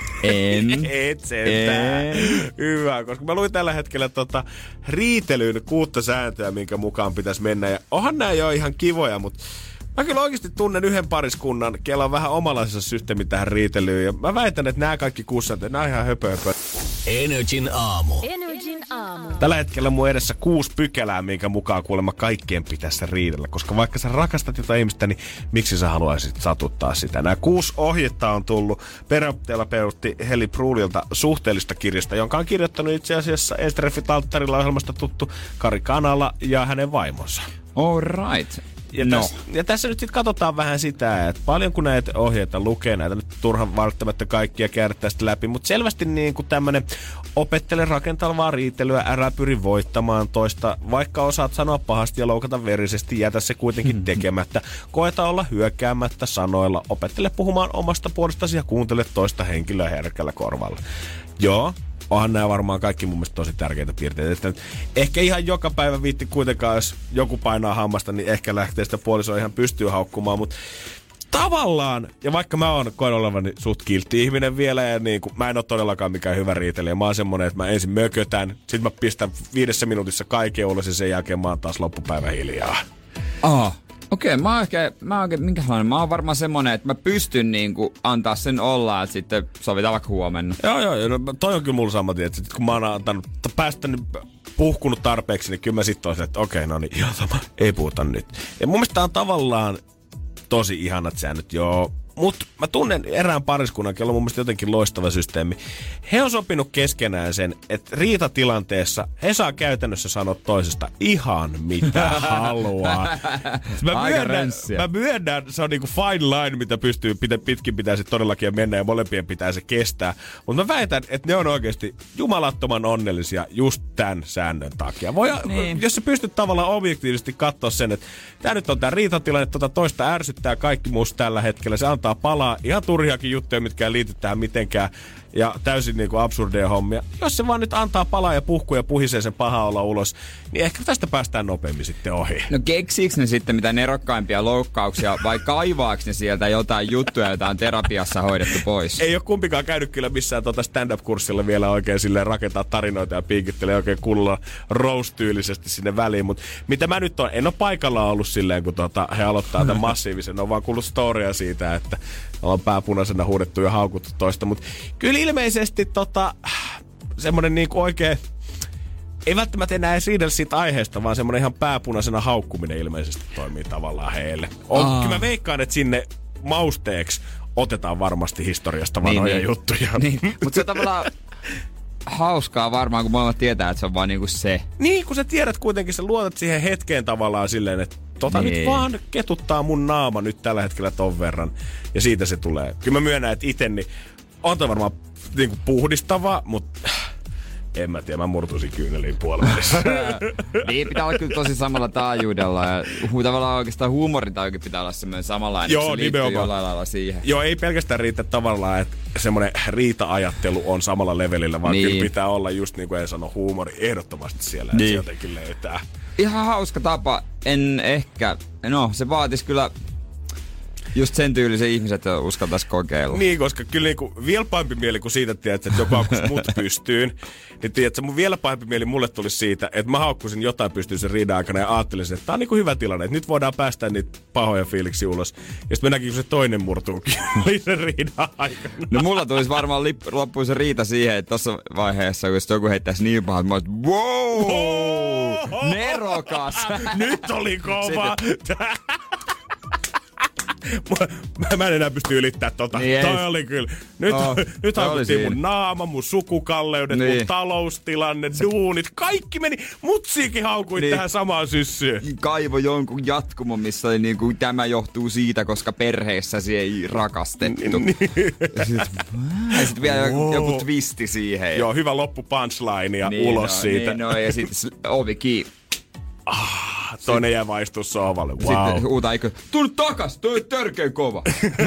Et sentään. Hyvä, koska mä luin tällä hetkellä riitelyyn 6 sääntöä, minkä mukaan pitäisi mennä. Ja onhan nää jo ihan kivoja, mutta mä kyllä oikeasti tunnen yhden pariskunnan, kellä on vähän omalaisensa systeemi tähän riitelyyn. Ja mä väitän, että nämä kaikki 6 sääntöä, nää on ihan höpö. Energin aamu. Tällä hetkellä mun edessä 6 pykälää, minkä mukaan kuulemma kaikkien pitäisi riidellä. Koska vaikka sä rakastat jotain ihmistä, niin miksi sä haluaisit satuttaa sitä? Nämä 6 ohjetta on tullut terapeutti Heli Brulilta suhteellista kirjasta, jonka on kirjoittanut itse asiassa Estreffit alttarilla ohjelmasta tuttu Kari Kanala ja hänen vaimonsa. All right. Ja tässä nyt sitten katsotaan vähän sitä, että paljonko näitä ohjeita lukee, näitä nyt turhan välttämättä kaikkia käärittää sitten läpi, mutta selvästi niin kuin tämmönen opettele rakentavaa riitelyä, älä pyri voittamaan toista, vaikka osaat sanoa pahasti ja loukata verisesti, jätä se kuitenkin tekemättä. Koeta olla hyökkäämättä sanoilla, opettele puhumaan omasta puolestasi ja kuuntele toista henkilöä herkällä korvalla. Joo. Onhan nämä varmaan kaikki mun mielestä tosi tärkeitä piirteitä. Että ehkä ihan joka päivä viitti kuitenkaan, jos joku painaa hammasta, niin ehkä lähtee sitä puolisoa ihan pystyy haukkumaan. Mutta tavallaan, ja vaikka mä koen olevani suht kiltti ihminen vielä, ja niin kuin, mä en ole todellakaan mikään hyvä riitelijä. Mä oon semmonen, että mä ensin mökötän, sit mä pistän 5 minuutissa kaiken ulos ja sen jälkeen mä oon taas loppupäivä hiljaa. Okei, mä oon minkälainen? Mä oon varmaan semmonen, että mä pystyn niinku antaa sen olla, että sitten sovitaan vaikka huomenna. Joo, no, toi on kyllä mulla sama, että kun mä oon antanut puhkunut tarpeeksi, niin kyllä mä sit oon että okei, no niin, ihan sama, ei puhuta nyt. Ja mun mielestä tää on tavallaan tosi ihanat säännöt, joo. Mutta mä tunnen erään pariskunnan, jolla on mun mielestä jotenkin loistava systeemi. He on sopinut keskenään sen, että riitatilanteessa he saa käytännössä sanoa toisesta ihan mitä haluaa. Mä myönnän, se on niinku fine line, mitä pitkin pitäisi todellakin mennä ja molempien pitää se kestää. Mutta mä väitän, että ne on oikeasti jumalattoman onnellisia just tämän säännön takia. Jos sä pystyt tavallaan objektiivisesti katsoa sen, että tää nyt on tää riitatilanne, toista ärsyttää kaikki musta tällä hetkellä. Se antaa palaa ihan turhiakin juttuja, mitkä ei liity tähän mitenkään. ja täysin niinku absurdeja hommia. Jos se vaan nyt antaa palaa ja puhkuu ja puhisee sen paha olla ulos, niin ehkä tästä päästään nopeammin sitten ohi. No keksiikö ne sitten mitä nerokkaimpia loukkauksia vai kaivaako ne sieltä jotain juttuja, joita on terapiassa hoidettu pois? Ei ole kumpikaan käynyt kyllä missään stand-up-kurssilla vielä oikein silleen rakentaa tarinoita ja piikittelee oikein kunnolla roast-tyylisesti sinne väliin. Mutta mitä mä nyt en ole paikalla ollut silleen, kun he aloittaa tämän massiivisen. On vaan kuullut storia siitä, että ollaan pääpunaisena huudettu ja haukuttu toista. Mutta kyllä ilmeisesti semmoinen niinku oikein, ei välttämättä enää edes riidellä siitä aiheesta, vaan semmoinen ihan pääpunaisena haukkuminen ilmeisesti toimii tavallaan heille. Kyllä mä veikkaan, että sinne mausteeksi otetaan varmasti historiasta vanhoja juttuja. Niin. Mutta se on tavallaan hauskaa varmaan, kun molemmat tietää, että se on vaan niinku se. Niin, kun sä tiedät kuitenkin, sä luotat siihen hetkeen tavallaan silleen, että nyt vaan ketuttaa mun naama nyt tällä hetkellä ton verran. Ja siitä se tulee. Kyllä mä myönnän, että ite niin on tämä varmaan niinku puhdistavaa, mutta en mä tiedä, mä murtuisin kyyneliin puolivälissä. Niin, pitää olla kyllä tosi samalla taajuudella. Ja tavallaan oikeastaan huumoritaukin pitää olla semmoinen samanlainen. Joo, se liittyy jollain lailla siihen. Joo, ei pelkästään riitä tavallaan, että semmoinen riita-ajattelu on samalla levelillä, vaan kyllä pitää olla just niin kuin ei sano huumori ehdottomasti siellä, että se jotenkin löytää. Ihan hauska tapa. Se vaatisi kyllä just sen tyylisen ihmiset, että uskaltaisi kokeilla. Niin, koska kyllä niinku vielä pahempi mieli kuin siitä, että joku haukkuisi mut pystyyn. Niin tiedätkö, mun vielä pahempi mieli mulle tuli siitä, että mä haukkuisin jotain pystyyn sen riidan aikana ja ajattelisin, että tää on niinku hyvä tilanne, että nyt voidaan päästä niitä pahoja fiiliksi ulos. Ja sitten mennäänkin, kun se toinen murtuukin sen riidan aikana. No mulla tulisi varmaan loppuun se riita siihen, että tossa vaiheessa, kun joku heittäisi niin pahaa, että mä olisin, wow! Nerokas! Nyt oli kova! Mä en enää pysty ylittämään tota. Niin toi oli kyllä. Nyt haukuttiin mun naama, mun sukukalleudet, mun taloustilanne, duunit. Kaikki meni. Mutsiikin haukuit tähän samaan syssyyn. Kaivo jonkun jatkumon, missä oli niinku, tämä johtuu siitä, koska perheessäsi ei rakastettu. Ja sitten vielä joku twisti siihen. Joo, hyvä loppu punchline ja ulos siitä. Ja sitten ovi kiinni. Toinen jää vaistua sohvalle. Wow. Sitten huutaa eikö, tuu takas, toi on törkeä kova.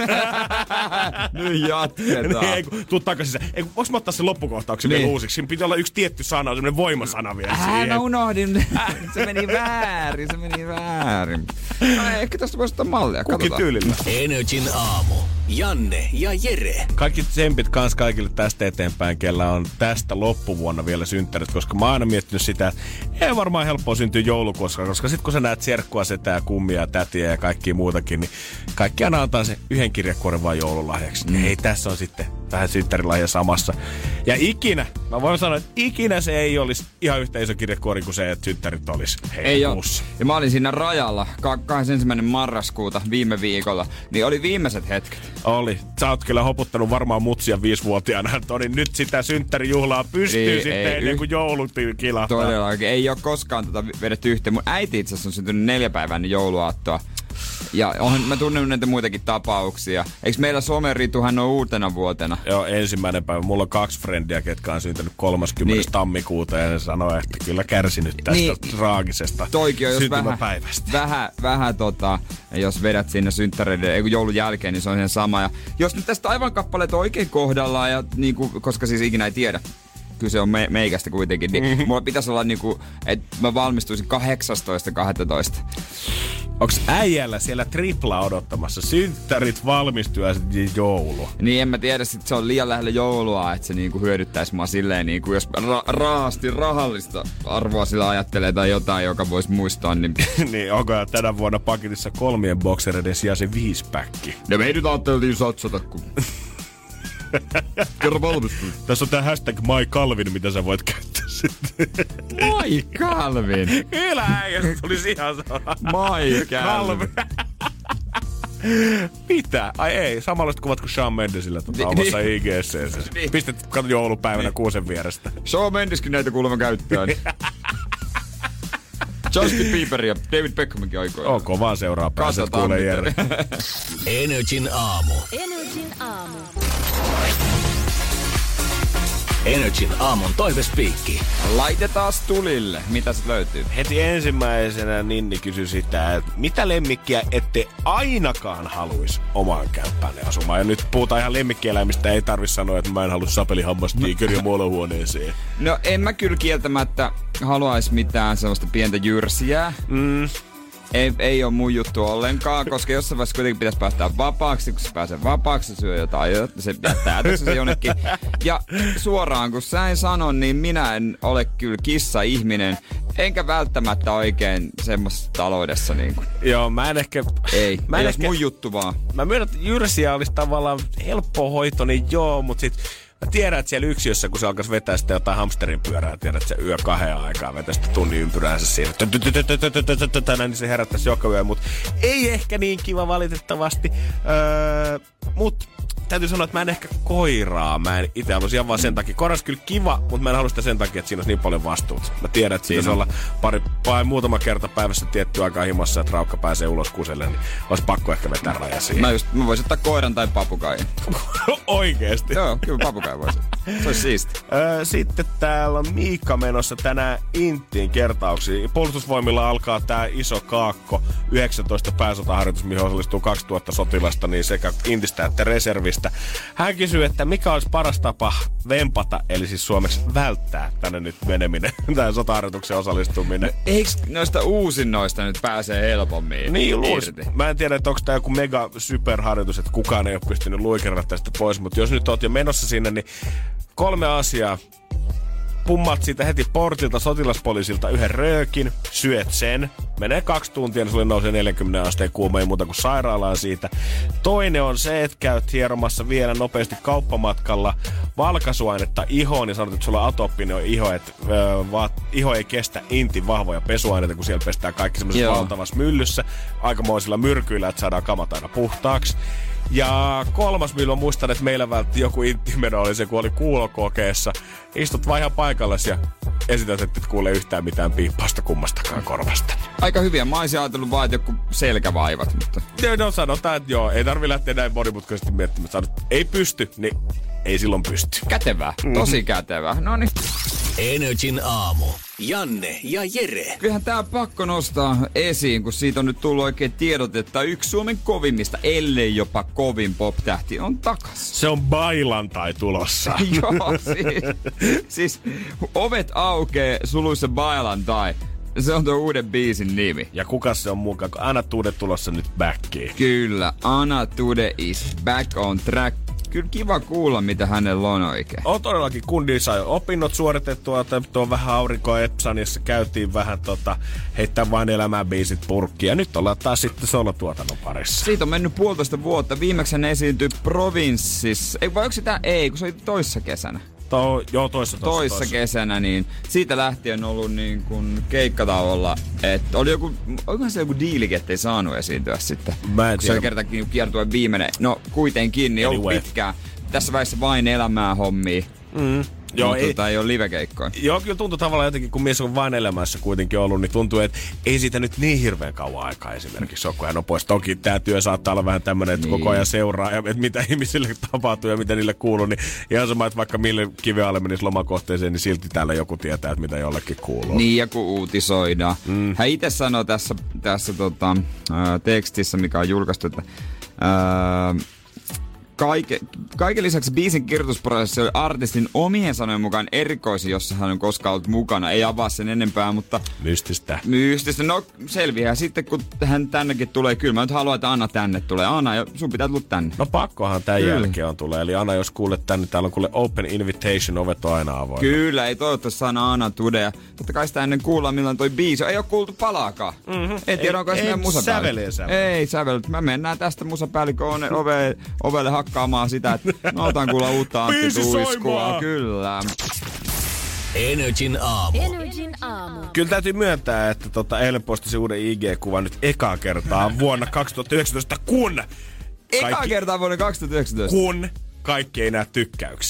Nyt jatketaan. Niin, tuu takas sisään. Voinko mä ottaa sen loppukohtauksen vielä uusiksi? Siinä pitää olla yksi tietty sana, semmonen voimasana vielä siihen. Mä unohdin. Se meni väärin. Ehkä tästä voisi ottaa mallia. Kukin tyylillä. Energin aamu. Janne ja Jere. Kaikki tsempit kans kaikille tästä eteenpäin, kellä on tästä loppuvuonna vielä synttärit, koska mä oon aina miettinyt sitä, että ei varmaan helppoa syntyä joulukoska, koska sit kun sä näet serkkua, setää, kummia, tätiä ja kaikkia muutakin, niin kaikki aina antaa se yhden kirjekuoren vaan joululahjaksi. Hei, tässä on sitten vähän synttärilahja samassa. Ja mä voin sanoa, että ikinä se ei olisi ihan yhtä iso kirjekuori kuin se, että synttärit olisi heinäkuussa. Ja mä olin siinä rajalla 21. marraskuuta viime viikolla, niin oli viimeiset hetket. Oli. Sä oot kyllä hoputtanut varmaan mutsia 5-vuotiaana. Niin nyt sitä synttärijuhlaa pystyy sitten ennen kuin joulut kilahtaa. Todellakin. Ei ole koskaan vedetty yhteen. Mun äiti itse asiassa on syntynyt 4 päivää jouluaattoa. Ja mä tunnen näitä muitakin tapauksia. Eikö meillä somerituhan on uutena vuotena? Joo, 1. päivä. Mulla on 2 frendiä, ketkä on syntynyt 30. tammikuuta. Ja se sanoo, että kyllä kärsinyt tästä traagisesta syntymäpäivästä. Vähän jos vedät sinne synttäreiden, joulun jälkeen, niin se on ihan sama. Ja jos nyt tästä aivan kappaleet oikein kohdallaan, ja niinku, koska siis ikinä ei tiedä, kyllä se on meikästä kuitenkin, niin mulla pitäisi olla niinku, että mä valmistuisin 18.12. Onks äijällä siellä tripla odottamassa synttärit, valmistuaiset ja joulu? Niin en mä tiedä, sit se on liian lähellä joulua, että se niinku hyödyttäisi mua silleen, niinku, jos raasti rahallista arvoa sillä ajattelee tai jotain, joka voisi muistaa. Niin, niin onko tänä vuonna paketissa 3 boksereiden sijaan se 5-päkki? Ja me ei nyt ajatteltiin satsata, kun... Kerro valmistuu. Tässä on tää hashtag MyCalvin, mitä sä voit käyttää sitten. MyCalvin? Kyllä äijä, se tulisi ihan sana. MyCalvin. Mitä? Ai ei, samanlaiset kuvat kuin Shawn Mendesillä omassa IGC. Pistet joulupäivänä kuusen vierestä. Shawn Mendeskin näitä kuulemma käyttää. Justin Bieber ja David Beckhaminkin aikoina. Ok, vaan seuraa pääset kuulee Jere. Energin aamu. Energin aamu. Energin aamun toivespiikki. Laitetaan tulille. Mitä se löytyy? Heti ensimmäisenä Ninni kysyi sitä, että mitä lemmikkiä ette ainakaan haluisi omaan kämppäänne asumaan. Ja nyt puhutaan ihan lemmikkieläimistä, ei tarvitse sanoa, että mä en halua sapelihammastiikeria muolohuoneeseen. No en mä kyllä kieltämättä haluaisi mitään sellaista pientä jyrsiä. Ei ole mun juttu ollenkaan, koska jossain vaiheessa kuitenkin pitäisi päästä vapaaksi. Kun se pääsee vapaaksi, se syö jotain, se jättää tässä jonnekin. Ja suoraan, kun sä en sano, niin minä en ole kyllä kissa-ihminen. Enkä välttämättä oikein semmoisessa taloudessa niinku. Joo, mä en ehkä... Ei ole mun juttu vaan. Mä myönnän, että jyrsiä olisi tavallaan helppo hoito, niin joo, mutta sit... Mä tiedän, että siellä yksiössä, kun se alkaisi vetää sitä jotain hamsterin pyörää, tiedät, että se yö 2 aikaa vetää sitä tunnin ympyräänsä siinä. Niin se herättäisi joka yö, mutta ei ehkä niin kiva valitettavasti. Mutta täytyy sanoa, että mä en ehkä koiraa. Mä en itse haluaisi ihan vaan sen takia. Koiras kyllä kiva, mutta mä en halua sitä sen takia, että siinä olisi niin paljon vastuut. Mä tiedän, että siinä olla muutama kerta päivässä tietty aikaa himassa, että raukka pääsee ulos kuselle, niin olisi pakko ehkä vetää raja siihen. Mä voisin ottaa koiran tai papukain. Oikeesti? Joo, kyllä papukain voisin. Se olisi siisti. Sitten täällä on Miikka menossa tänään Inttiin kertauksiin. Puolustusvoimilla alkaa tää iso kaakko 19 pääsotaharjoitus, mihin osallistuu 2000 sotilasta, niin sekä Intistä että reservistä. Hän kysyy, että mikä olisi paras tapa vempata, eli siis suomeksi välttää tänne nyt meneminen, tähän sotaharjoituksen osallistuminen. No, eikö noista uusinnoista nyt pääsee helpommin? Niin, mä en tiedä, että onko tää joku mega superharjoitus, että kukaan ei ole pystynyt luikerata tästä pois, mutta jos nyt oot jo menossa sinne, niin 3 asiaa. Pummat siitä heti portilta sotilaspoliisilta 1 röökin, syöt sen. Menee 2 tuntia, niin sulle nousee 40 asteen kuuma, ei muuta kuin sairaalaan siitä. Toinen on se, että käyt hieromassa vielä nopeasti kauppamatkalla valkaisuainetta ihoon, niin sanot, että sulla on atooppinen iho, että iho ei kestä Intin vahvoja pesuaineita, kun siellä pestään kaikki semmoisessa valtavassa myllyssä. Aikamoisilla myrkyillä, että saadaan kamat aina puhtaaksi. Ja 3, millä muistan, että meillä vältti joku inttimeno oli se, kun oli kuulokokeessa. Istut vaan ihan paikallasi ja esität, että et kuule yhtään mitään piippausta kummastakaan korvasta. Aika hyviä. Mä olisin ajatellut vaan, että joku selkävaivat, mutta... No sanotaan, että joo, ei tarvi lähteä näin monimutkaisesti miettimään. Sanot, ei pysty, niin ei silloin pysty. Kätevää. Tosi kätevää. Noniin. Energin aamu. Janne ja Jere. Kyllähän tää pakko nostaa esiin, kun siitä on nyt tullut oikein tiedotetta. Yksi Suomen kovimmista, ellei jopa kovin pop-tähti on takas. Se on Bailantai tulossa. Joo, siis ovet aukee suluissa Bailantai. Se on tuo uuden biisin nimi. Ja kuka se on mukaan, kun Anna Tude tulossa nyt backiin. Kyllä, Anna Tude is back on track. Kyllä kiva kuulla, mitä hänellä on oikein. On todellakin, kundi sai opinnot suoritettua, tuon vähän aurinkoa Epsanissa käytiin vähän heittää vain elämään biisit purkkiin. Ja nyt ollaan taas sitten solotuotannon parissa. Siitä on mennyt 1,5 vuotta. Viimeksi hän esiintyi Provinssissa. Ei, vai onko sitä? Ei, kun se oli toissa kesänä. Toissa kesänä, niin siitä lähtien on ollut niin kuin keikkatauolla, että oli olikohan se joku diilikin, ettei saanut esiintyä sitten. Mä en tiedä. Se oli kertakin kiertue viimeinen. No kuitenkin, niin anyway. Ollut pitkään. Tässä väissä vain elämää hommia. Joo, ei ole livekeikkoja. Joo, kyllä tuntuu tavallaan jotenkin, kun mies on vain elämässä kuitenkin ollut, niin tuntuu, että ei siitä nyt niin hirveän kauan aikaa esimerkiksi ole, kun hän on pois. Toki tämä työ saattaa olla vähän tämmöinen, että koko ajan seuraa, että mitä ihmisille tapahtuu ja mitä niille kuuluu. Niin ihan sama, että vaikka mille kiven alle menisi lomakohteeseen, niin silti täällä joku tietää, että mitä jollekin kuuluu. Niin, ja kun uutisoidaan. Hän itse sanoi tässä tekstissä, mikä on julkaistu, että... Kaiken lisäksi biisin kirjoitusprosessi oli artistin omien sanojen mukaan erikoisin, jossa hän on koskaan ollut mukana. Ei avaa sen enempää, mutta... Mystistä. No selviää sitten, kun hän tännekin tulee. Kyllä mä nyt haluan, että Anna tänne tulee. Anna, sun pitää tulla tänne. No pakkohan tämän jälkeen on tulee. Eli Anna, jos kuulet tänne, täällä on kuule open invitation, ovet on aina avoinna. Kyllä, ei toivottavasti sana Anna Tude. Ja totta kai sitä ennen kuullaan, milloin toi biisi. Ei ole kuultu palaakaan. En tiedä, onko se meidän musapäällikkö. Ei sävele. Mä mennään tästä musapäällikön ovelle hakkaamaan sitä, että mä otan kuulla uutta Antti Tuiskua. Kyllä. Energin aamu. Kyllä täytyy myöntää, että eilen postasi uuden IG-kuvan nyt ekaa kertaa vuonna 2019, kun... Ekaa kertaa vuonna 2019? Kun kaikki ei näe tykkäyksiä.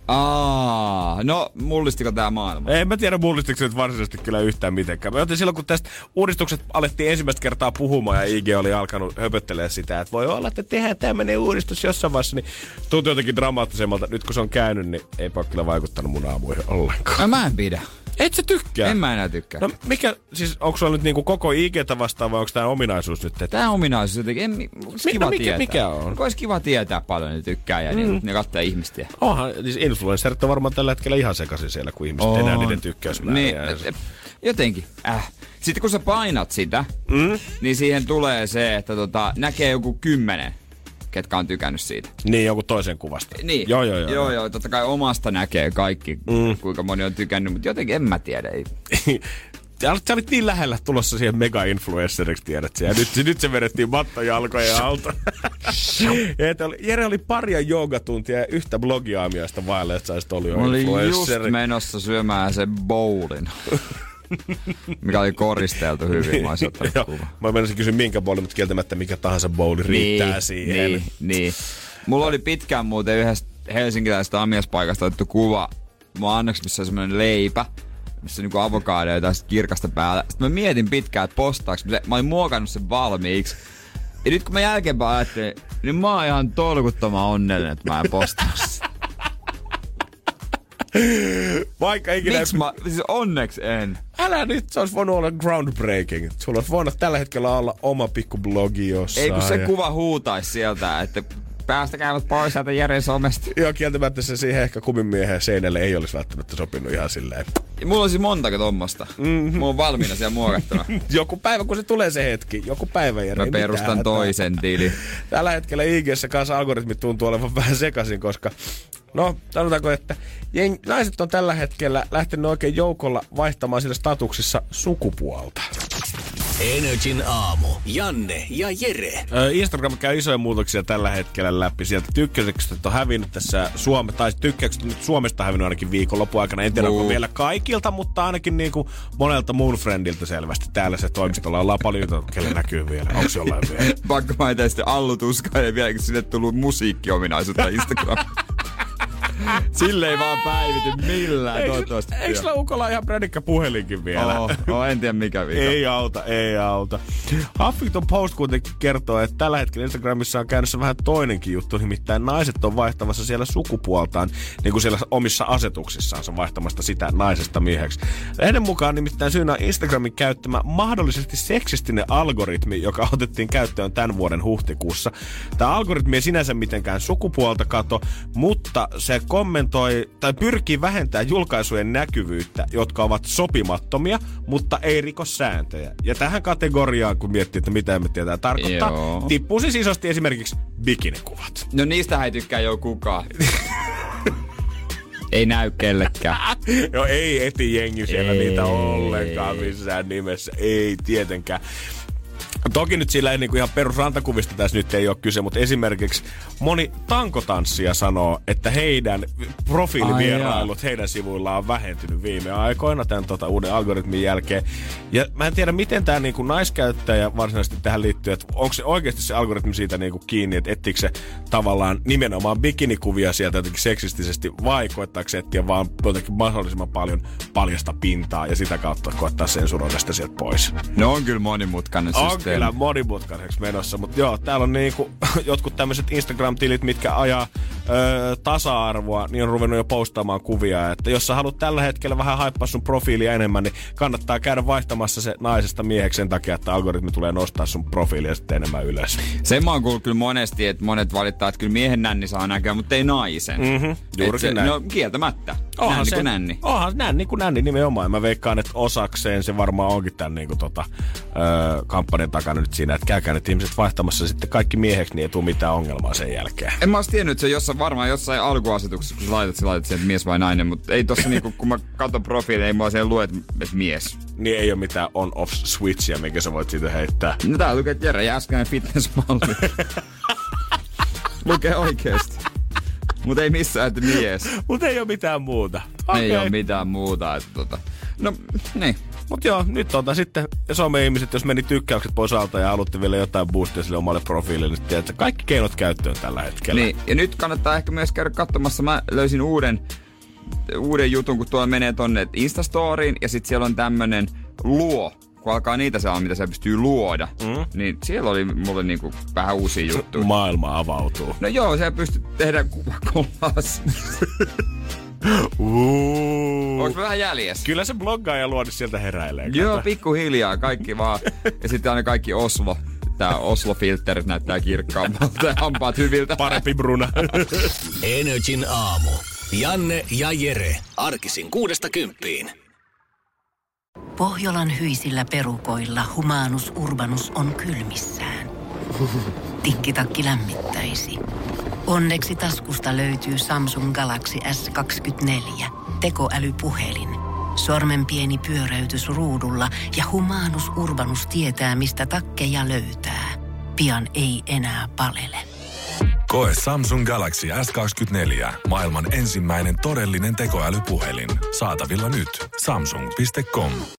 No mullistiko tää maailma? En mä tiedä mullistiko se nyt varsinaisesti kyllä yhtään mitenkään. Mä otin silloin, kun tästä uudistukset alettiin ensimmäistä kertaa puhumaan ja IG oli alkanut höpöttelemään sitä, että voi olla, että tehdään tämmönen uudistus jossain vaiheessa, niin tuntui jotenkin dramaattisemmalta. Nyt kun se on käynyt, niin ei ole kyllä vaikuttanut mun aamuihin ollenkaan. Mä en pidä. Et sä tykkää? En mä enää tykkää. No mikä, siis onko sulla nyt niinku koko IG:tä vastaan vai onko tää ominaisuus nyt? Tää ominaisuus jotenkin, kiva tietää. Mikä on? Olisi kiva tietää paljon ne tykkää ja ne katsoo ihmistä. Onhan, siis influencerit on varmaan tällä hetkellä ihan sekaisin siellä, kun ihmiset enää niiden tykkäysmääriä. Niin, jotenkin. Sitten kun sä painat sitä, niin siihen tulee se, että näkee joku 10, ketkä on tykännyt siitä. Niin, joku toisen kuvasta. Niin. Joo, totta kai omasta näkee kaikki, kuinka moni on tykännyt, mutta jotenkin en mä tiedä. Ei. Sä olit niin lähellä tulossa siihen mega-influenceriksi, tiedät sä. Ja nyt se vedettiin mattojalkojen alta. Jere oli paria joogatuntia ja yhtä blogiaamiaista vaille, että sä olisit ollut jo influensseri. Mä olin just menossa syömään sen bowlin. Mikä oli koristeltu hyvin, mä olisin ottanut kuva. Mä menisin kysyä minkä bowli, mutta kieltämättä mikä tahansa bowli riittää siihen. Niin. Mulla oli pitkään muuten yhdestä helsinkiläisestä aamiaspaikasta otettu kuva. Mun anneksi, missä on semmonen leipä, missä on niinku avokadoja ja kirkasta päällä. Sitten mä mietin pitkään, että postaaks. Mä olin muokannut sen valmiiksi. Ja nyt kun mä jälkeenpäin ajattelin, niin mä oon ihan tolkuttoman onnellinen, että mä en postaa. Vaikka ikinä... Miksi siis onneksi en. Älä nyt, se olisi voinut olla groundbreaking. Sulla olisi voinut tällä hetkellä olla oma pikku blogi jossain. Ei kun se kuva huutaisi sieltä, että päästäkäävät pois sieltä Jeren somesta. Joo, kieltämättä se siihen ehkä kuminmiehen seinälle ei olisi välttämättä sopinut ihan silleen. Mulla olisi montako tommosta. Mulla on valmiina siellä muokattuna. Joku päivä, kun se tulee se hetki. Joku päivä, Jere. Mä perustan toisen tilin. Tällä hetkellä IG:ssä kanssa algoritmit tuntuu olevan vähän sekaisin, koska... No, sanotaanko, että naiset on tällä hetkellä lähtenyt oikein joukolla vaihtamaan sillä statuksissa sukupuolta. Energin aamu. Janne ja Jere. Instagram käy isoja muutoksia tällä hetkellä läpi. Sieltä tykkäykset on hävinnyt tässä tykkäykset nyt Suomesta hävinnyt ainakin viikonlopun aikana. En tiedä, onko vielä kaikilta, mutta ainakin niinku monelta muun friendiltä selvästi. Täällä se toimistolla ollaan paljon, kelle näkyy vielä. Onko jollain vielä? Pakko mainita sitten Allu Tuskainen vielä, kun sinne tullut musiikkiominaisuutta Instagram. Sille ei vaan päivity millään, toivottavasti. Eikö sulla ukolla ihan prädikkä puhelinkin vielä? En tiedä mikä vika. Ei auta. Huffington Post kuitenkin kertoo, että tällä hetkellä Instagramissa on käynnissä vähän toinenkin juttu, nimittäin naiset on vaihtamassa siellä sukupuoltaan, niin kuin siellä omissa asetuksissaan vaihtamasta sitä naisesta mieheksi. Lehden mukaan nimittäin syynä on Instagramin käyttämä mahdollisesti seksistinen algoritmi, joka otettiin käyttöön tämän vuoden huhtikuussa. Tämä algoritmi ei sinänsä mitenkään sukupuolta kato, mutta se kommentoi tai pyrkii vähentämään julkaisujen näkyvyyttä, jotka ovat sopimattomia, mutta ei riko sääntöjä. Ja tähän kategoriaan, kun miettii, että mitä emme tiedä tarkoittaa, tippuu siis isosti esimerkiksi bikinikuvat. No niistähän ei tykkää jo kukaan. Ei näy kellekään. Joo, ei eti jengi siellä niitä ollenkaan missään nimessä. Ei tietenkään. Toki nyt sillä ei niinku ihan perusrantakuvista tässä nyt ei ole kyse, mutta esimerkiksi moni tankotanssija sanoo, että heidän profiilivierailut heidän sivuillaan on vähentynyt viime aikoina tämän uuden algoritmin jälkeen. Ja mä en tiedä, miten tämä niinku naiskäyttäjä varsinaisesti tähän liittyy, että onko se oikeasti se algoritmi siitä niinku kiinni, että etsiikö se tavallaan nimenomaan bikinikuvia sieltä jotenkin seksistisesti vai koettaako se etsiä vaan jotenkin mahdollisimman paljon paljasta pintaa ja sitä kautta koettaa sensuroida sitä sieltä pois. No on kyllä monimutkainen systeemi. Kyllä monimutkaiseksi menossa, mutta joo, täällä on niinku jotkut tämmöiset Instagram-tilit, mitkä ajaa tasa-arvoa, niin on ruvennut jo postaamaan kuvia, että jos sä haluat tällä hetkellä vähän haippaa sun profiilia enemmän, niin kannattaa käydä vaihtamassa se naisesta mieheksi sen takia, että algoritmi tulee nostaa sun profiilia sitten enemmän ylös. Sen mä oon kuullut kyllä monesti, että monet valittaa, että kyllä miehen nänni saa näköä, mutta ei naisen. Juurikin näin. No kieltämättä. Nänni Onhan nänni kuin nänni nimenomaan. Mä veikkaan, että osakseen se varmaan onkin tämän niinku kampanjan takana nyt siinä, että käykää nyt ihmiset vaihtamassa sitten kaikki mieheksi, niin ei tule mitään ongelmaa sen jälkeen. En mä ois tiennyt, että se on varmaan jossain alkuasetuksessa, kun sä laitat siihen, että mies vai nainen, mutta ei tossa niinku, kun mä katson profiilin, ei mua siellä lue, että mies. Niin ei ole mitään on-off switchia, minkä sä voit siitä heittää. No tää lukee, että Jere Jääskäinen fitnessmalli. Lukee oikeesti. Mut ei missään, että mies. Mut ei oo mitään muuta. Ei oo mitään muuta, että No, niin. Mut joo, nyt sitten some-ihmiset, jos meni tykkäykset pois alta ja halutti vielä jotain boostia sille omalle profiilille, niin tiedät, että kaikki keinot käyttöön tällä hetkellä. Niin, ja nyt kannattaa ehkä myös käydä katsomassa. Mä löysin uuden jutun, kun tuolla menee tonne Instastoriin, ja sit siellä on tämmönen luo. Kun alkaa niitä saa, mitä se pystyy luoda, niin siellä oli mulle niinku vähän uusia juttuja. Maailma avautuu. No joo, siellä pystyy tehdä kuvakollaas. Onks vähän jäljessä? Kyllä se bloggaaja luodi sieltä heräilee. Joo, pikkuhiljaa kaikki vaan. Ja sitten aina kaikki Oslo. Tää Oslo-filterit näyttää kirkkaammalta ja hampaat hyviltä. Parempi Bruna. Energin aamu. Janne ja Jere. Arkisin 6–10. Pohjolan hyisillä perukoilla Humanus Urbanus on kylmissään. Tikkitakki lämmittäisi. Onneksi taskusta löytyy Samsung Galaxy S24. Tekoälypuhelin. Sormen pieni pyöräytys ruudulla ja Humanus Urbanus tietää, mistä takkeja löytää. Pian ei enää palele. Koe Samsung Galaxy S24. Maailman ensimmäinen todellinen tekoälypuhelin. Saatavilla nyt. Samsung.com.